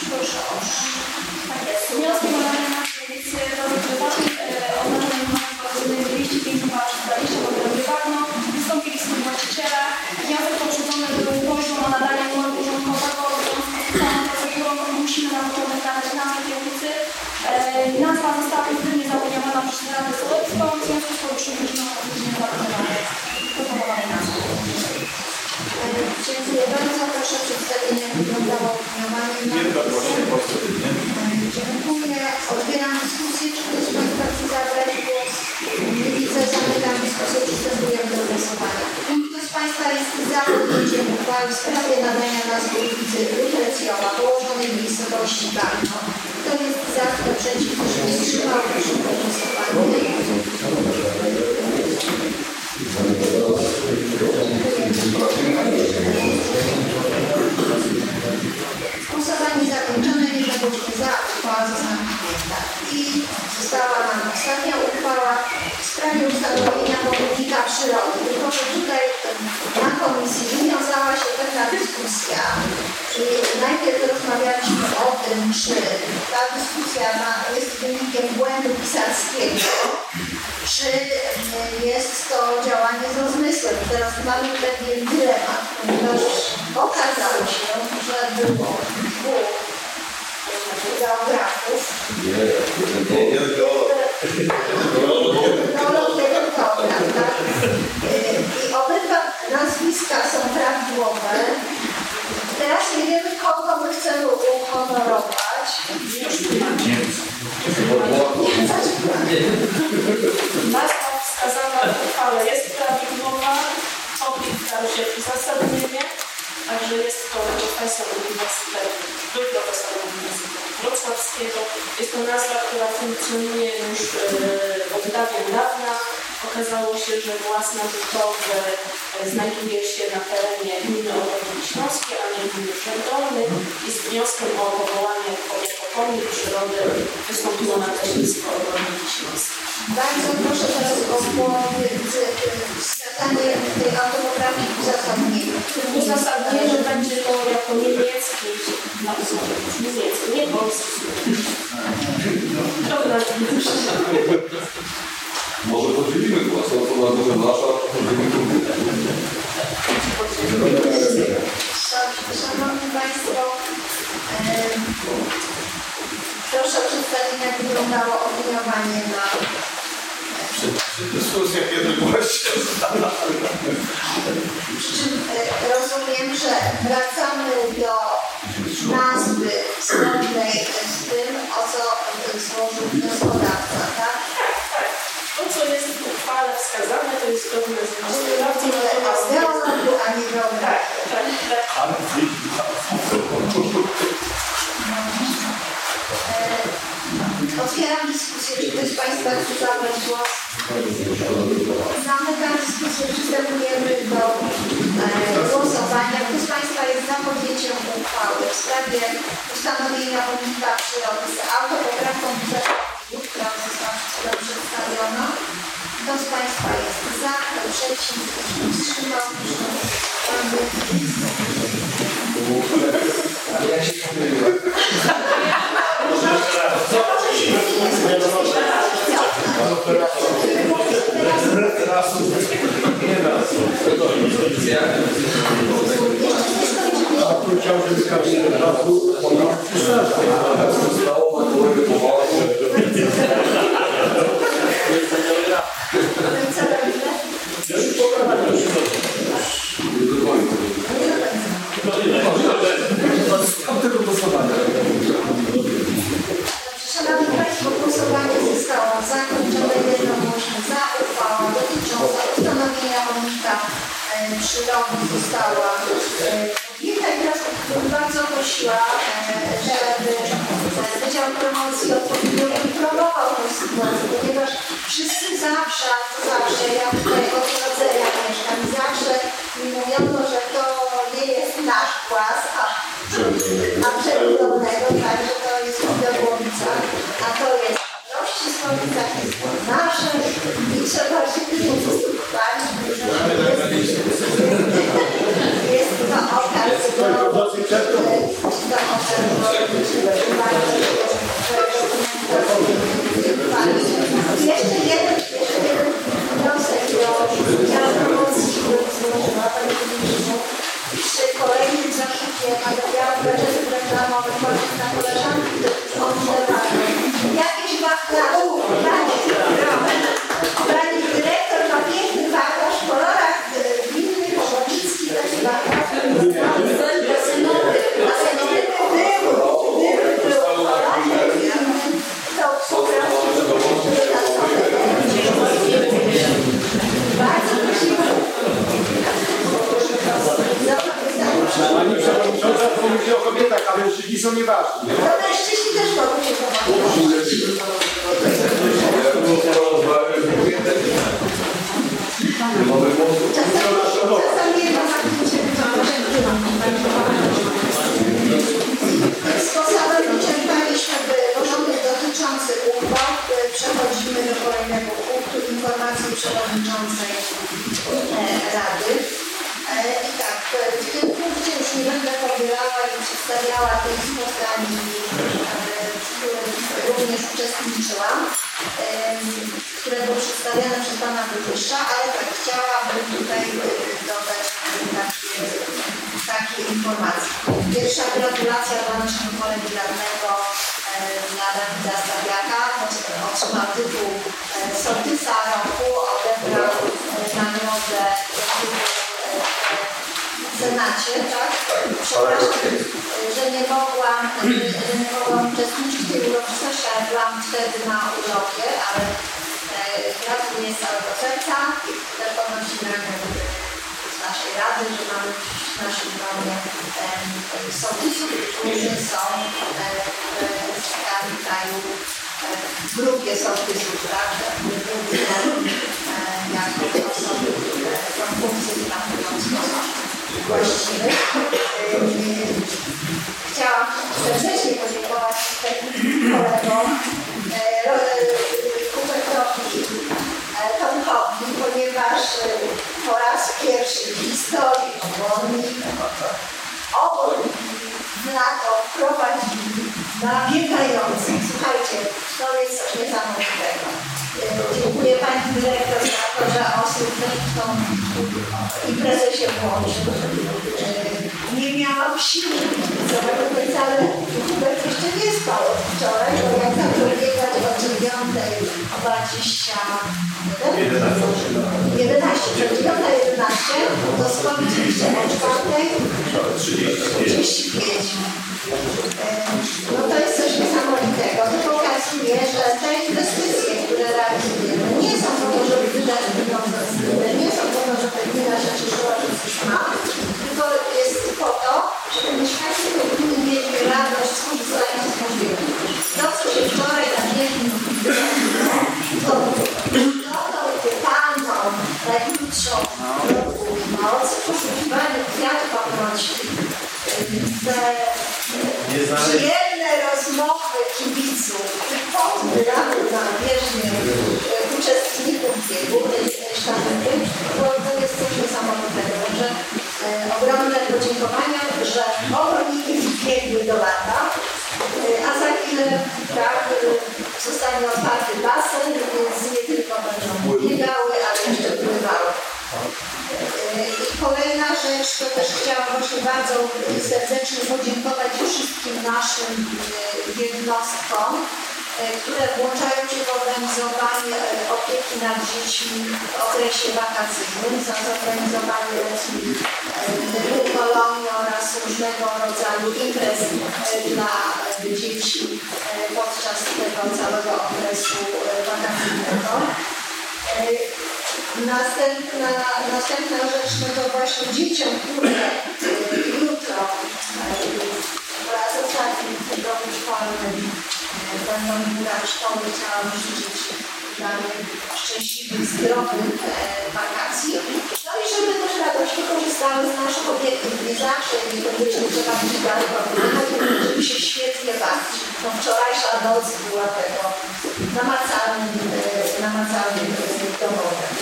Tak jest. Wnioskiem o nadanie nazwy edycję do prywatnej o nadanie informacji dwieście pięć dwadzieścia prywatną wystąpili współwłaściciele. Wniosek poprzedzony był prośbą o nadanie numeru użytkowego. W związku z tą procedurą musimy na początek nadać nazwę tej ulicy. Nazwa została pozytywnie zaopiniowana przez Radę Sołecką, w związku z powyższym będziemy pozytywnie zaopiniowane proponowanej nazwy. Dziękuję bardzo. Proszę o przedstawienie, jak wyglądało opiniowanie. Dziękuję. Otwieram dyskusję. Czy ktoś z Państwa chce zabrać głos? Nie widzę. Zamykam dyskusję. Przystępujemy do głosowania. Kto z Państwa jest za podjęciem uchwały w sprawie nadania nazwy ulicy Lutrecjowa położonej w miejscowości Bagno? Kto jest za, kto przeciw, kto się wstrzymał? Proszę o głosowanie. Głosowanie zakończone, niezawodnie za, uchwała została przyjęta. I została nam ostatnia uchwała w sprawie ustanowienia pomnika przyrody. Tylko że tutaj na komisji wywiązała się pewna dyskusja. I najpierw rozmawialiśmy o tym, czy ta dyskusja ma, jest wynikiem błędu pisarskiego, czy jest to działanie z rozmysłem. Teraz mamy pewien dylemat, ponieważ okazało się, że było dwóch geografów. Geograf, tak? I obydwa nazwiska są prawidłowe. Teraz nie wiemy, kogo my chcemy uhonorować. Nazwa wskazana w uchwale jest prawidłowa, oblik dał się uzasadnienie, także jest to profesor Uniwersytetu, był profesorem Uniwersytetu Wrocławskiego. Jest to nazwa, która funkcjonuje już e, od dawien dawna. Okazało się, że Głaz Narzutowy znajduje się na terenie gminy Obornik Śląskiej, a nie gminy Przedolny i z wnioskiem o powołanie jako pomnik przyrody wystąpiło Nadleśnictwo Oborniki Śląskiej. Bardzo proszę teraz o wskazanie tej autopoprawki w uzasadnieniu. Uzasadnienie będzie to jako niemiecki na niemiecki, nie polski. Dobra, może podzielimy głos, to to może nasza. Szanowni Państwo, e, proszę o przedstawienie, jak wyglądało opiniowanie na Przy, przy dyskusjach jednogłośnie. Przy czym e, rozumiem, że wracamy do nazwy zgodnej z tym, o co złożył wnioskodawca, tak? to, co jest w uchwale wskazane, to jest zgodne z wnioskodawcą. Geologu, a nie geologu. Tak, tak, tak. Otwieram dyskusję, czy ktoś z Państwa chce zabrać głos. Zamykam dyskusję, przystępujemy do e, głosowania. Kto z Państwa jest za podjęciem uchwały w sprawie ustanowienia pomnika przyrody z autopoprawką, która została przedstawiona? Kto z Państwa jest za, kto przeciw, kto się wstrzymał? Ale ja się pomyliłem. A tu chciał, żeby każdy razu Szanowni Państwo, głosowanie zostało zakończone jednogłośnie za uchwałą dotyczącą ustanowienia pomnika przyrody została podjęta i teraz bym bardzo prosiła, żeby Wydział Promocji odpowiednio informował tę sytuację, ponieważ wszyscy zawsze, to zawsze, ja tutaj od urodzenia mieszkam, zawsze mi mówiono, że to nie jest nasz Głaz, a a przebudownego, także to jest Widogłowica, a to jest Rościsławica, jest to nasze i trzeba się tym po prostu chwalić, że jest to okaz do, do okaz do ważne. To mężczyźni też mogą się zobaczyć. Czasami jedno sposobem wyczerpaliśmy porządek dotyczący uchwał. Przechodzimy do kolejnego punktu informacji przewodniczącej Rady. I tak, w tym punkcie już nie będę pobierała i przedstawiała tych spotkań, w których również uczestniczyłam, które były przedstawiane przez pana burmistrza, ale tak chciałabym tutaj dodać takie, takie informacje. Pierwsza gratulacja dla naszego kolegi radnego, dla Dawida Stawiaka. Otrzymał tytuł sołtysa roku, odebrał nagrodę w Senacie, tak? Przepraszam, że nie mogłam, że nie mogłam uczestniczyć w tej uroczystości, ale byłam wtedy na urlopie, ale gratuluję z całego serca. Też podnosimy z naszej rady, że mamy w naszym gronie sołtysów, którzy są w skali kraju w grupie sołtysów, tak? Jako osoby, które tą funkcję sprawują w sposób właściwy. Chciałam serdecznie podziękować kolegom Kubertowi Tomkowi, ponieważ po raz pierwszy w historii obwodni obok lato prowadzili na biegających. Słuchajcie, to jest coś niesamowitego. Dziękuję pani dyrektor za to, że osób w tą imprezę się włączył. Nie miałam siły, ale Hubert jeszcze nie spał od wczoraj, bo jak zaczął biegać o dziewiątej dwadzieścia jedenaście, przed dziewiąta jedenaście, to skończyliście o czwartej trzydzieści pięć. No to jest coś niesamowitego. To pokazuje, że te inwestycje, które realizujemy, nie są po to, żeby wydać pieniądze z gminy, nie są po to, żeby gmina się cieszyła, że coś ma, tylko jest po to, żeby mieszkańcy tej gminy mieli radość z korzystania z możliwości. To, co się wczoraj na bieżni to dodał pytaną najkrótszą noc, poszukiwanie kwiatów paproci, te przyjemne rozmowy kibiców, podbieramy na bieżnię uczestników biegu, sztafety, bo to jest coś niesamowitego. Także ogromne podziękowania, że ogólniki biegły do lata, a za chwilę tak, zostanie otwarty basen, więc nie tylko będą biegały, ale jeszcze pływały. I kolejna rzecz, to też chciałam właśnie bardzo serdecznie podziękować wszystkim naszym jednostkom, które włączają się w organizowanie opieki nad dziećmi w okresie wakacyjnym, za zorganizowanie kolonii oraz różnego rodzaju imprez dla dzieci podczas tego całego okresu wakacyjnego. Następna, następna rzecz, no to właśnie dzieciom, które jutro wraz z ostatnim tygodniu szkolnym będą wybrać szkoły, chciałam życzyć dla nich szczęśliwych, zdrowych wakacji. No i żeby też radośnie korzystały z naszych obiektów. Nie zawsze, niekoniecznie trzeba być daleko, żeby się świetnie bawić. No wczorajsza noc była tego namacalnym, namacalnym dowodem.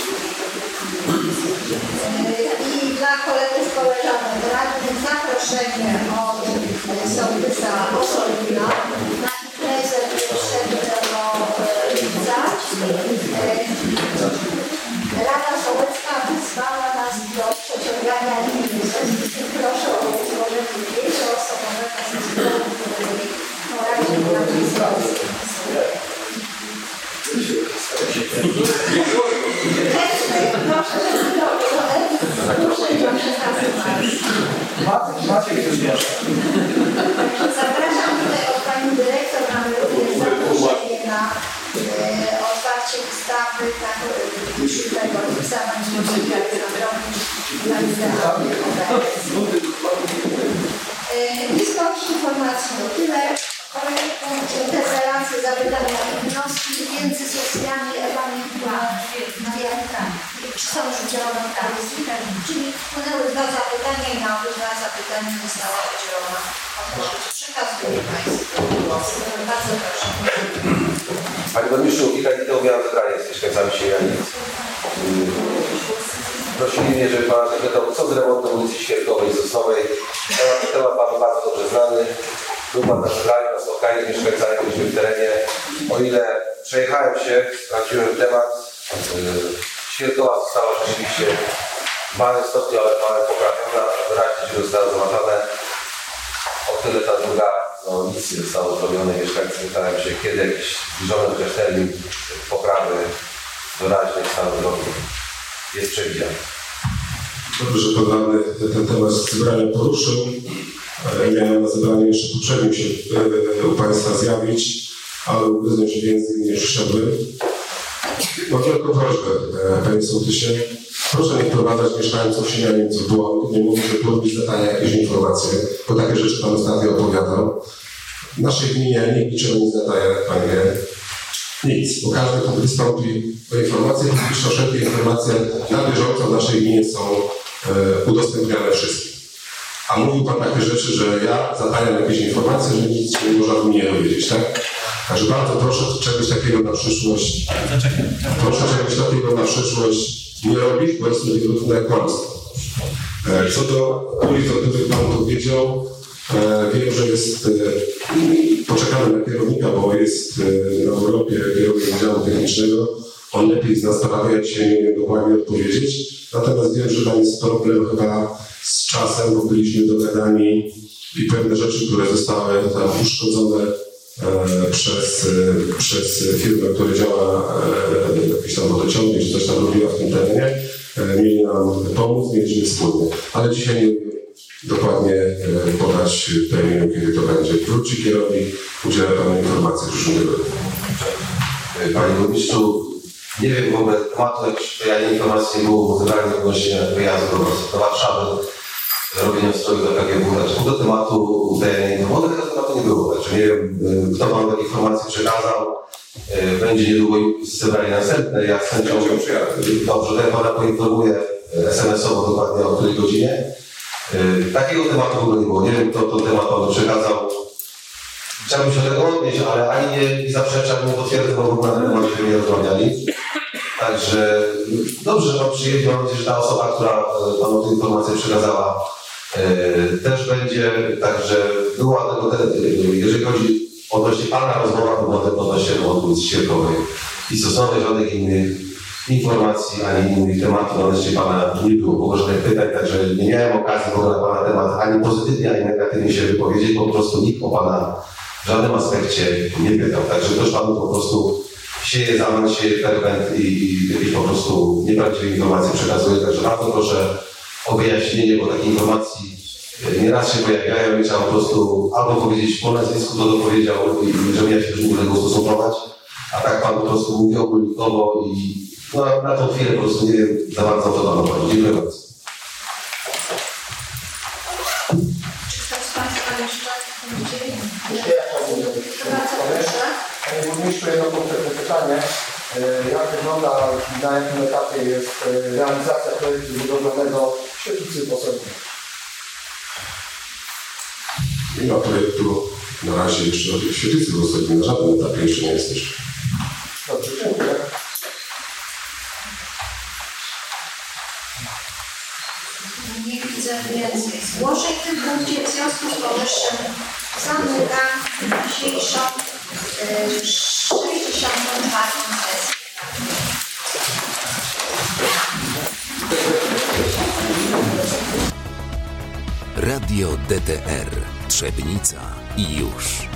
I dla kolegów, koleżanek radnych zaproszenie od sołtysa Osolina na imprezę pierwszego lipca. Rada Sołecka wyzwała nas do przeciągania linii. Proszę o utworzenie pięcioosobowego zespołu, który poradzi na tej sytuacji. Proszę, żeby dobrze, proszę i proszę Maciek już jest. Zapraszam tutaj od pani dyrektor, mamy również zaproszenie na e, otwarcie wystawy tak, siódmego lipca będziemy mogli zrobić dla idealnych obecnych. Nie skończymy informacji to tyle. Kolejny punkt, interpelacje, zapytania i wnioski między sesjami ewentualnie. Czy są już udzielone kartki? Czyli wpłynęły dwa zapytania i na obydwa zapytania została udzielona odpowiedź. Przekazuję Państwu. Bardzo proszę. Panie Burmistrzu, kilka dni temu miałem wybranie z mieszkańcami Siemianic. Prosili mnie, żeby Pana zapytał, co z remontem ulicy Świerkowej i Sosnowej. Temat Panu bardzo dobrze znany. Był Pan na wybraniu, na spotkaniu z mieszkańcami, byliśmy w terenie. O ile przejechałem się, sprawdziłem temat. Świerkowa została rzeczywiście w małym stopniu, ale w małym poprawiona. Wyraźnie się została załatane. O tyle ta druga, no nic nie zostało zrobione. Mieszkańcy pytają się, kiedy jakiś zbliżony chociaż termin poprawy doraźnej stanu drogi jest przewidziany. Dobrze, że Pan Radny ten temat z zebrania poruszył. Miałem na zebraniu jeszcze poprzednim się u Państwa zjawić, ale ugryzłem się w język i nie przyszedłem. Mam wielką prośbę, Panie Sołtysie, proszę nie wprowadzać mieszkańców Siemianic w błąd, nie mówić, że burmistrz zapania jakieś informacje, bo takie rzeczy Pan ostatnio opowiadał. W naszej gminie nikt niczego nie zadaje, Panie. Nic, bo każdy, kto wystąpi o informacje, publiczne wszelkie informacje na bieżąco w naszej gminie są e, udostępniane wszystkim. A mówił Pan takie rzeczy, że ja zatajam jakieś informacje, że nic się nie można o mnie dowiedzieć, tak? Także bardzo proszę czegoś takiego na przyszłość. Proszę czegoś takiego na przyszłość nie robić, bo jest to wierutne kłamstwo. E, co do ulic, o których Pan powiedział, e, wiem, że jest, e, poczekamy na kierownika, bo jest e, na Europie kierownik Wydziału Technicznego. On lepiej zna sprawę, ja dzisiaj nie umiem dokładnie odpowiedzieć. Natomiast wiem, że tam jest problem chyba z czasem, bo byliśmy dogadani i pewne rzeczy, które zostały tam uszkodzone e, przez, e, przez firmę, która działa e, jakieś tam wodociągi, czy coś tam robiła w tym terenie, e, mieli nam pomóc, mieliśmy wspólnie. Ale dzisiaj nie umiem dokładnie e, podać terminu, kiedy to będzie. Wróci kierownik, udzielę Panu informacji w przyszłym tygodniu. Panie Burmistrzu, nie wiem w ogóle tematu, jakichś pojawia informacji nie było, bo zebranie odnośnie wyjazdu do Warszawy, robienia stroju do K G W. Znaczy, do tematu utajnienia informacji, tego tematu nie było. Znaczy, nie wiem, kto Wam takie informacje przekazał. Będzie niedługo zebranie następne. Ja z chęcią dobrze, to ja Pana poinformuję es em es owo dokładnie o której godzinie. Takiego tematu w ogóle nie było. Nie wiem, kto ten temat Panu przekazał. Chciałbym się do tego odnieść, ale ani nie, nie zaprzeczam, nie potwierdzę, bo w ogóle na ten temat się nie rozmawiali. Także dobrze, że Pan przyjedzie. Mam nadzieję, że ta osoba, która Panu tę informację przekazała, yy, też będzie. Także była tego, te, jeżeli chodzi odnośnie Pana rozmowa, to była też odnośnie ulicy Świerkowej i Sosnowej, żadnych innych informacji, ani innych tematów odnośnie Pana nie było, było żadnych pytań, także nie miałem okazji w ogóle na Pana temat ani pozytywnie, ani negatywnie się wypowiedzieć, po prostu nikt o Pana w żadnym aspekcie nie pytał. Także też Panu po prostu sieje zamęt, sieje ferment i, i jakieś po prostu nieprawdziwe informacje przekazuje. Także bardzo proszę o wyjaśnienie, bo takie informacji nieraz się pojawiają i trzeba po prostu albo powiedzieć po nazwisku, to dopowiedział i żebym ja się już nie mogę ustosunkować, a tak Pan po prostu mówi ogólnikowo i no, na tą chwilę po prostu nie wiem za bardzo o to Panu chodzi. Dziękuję bardzo. Czy ktoś z Państwa jeszcze będzie? Panie Burmistrzu, jedno konkretne pytanie. Jak wygląda, na jakim etapie jest realizacja projektu budowlanego świetlicy posępnej? Nie ma projektu na razie jeszcze o tej świetlicy, bo sobie na żadnym etapie jeszcze nie jesteś. Dobrze, dziękuję. Nie widzę więcej zgłoszeń w tym punkcie. W związku z powyższym zamykam dzisiejszą sześćdziesiątą czwartą sesję. Radio D T R Trzebnica i już.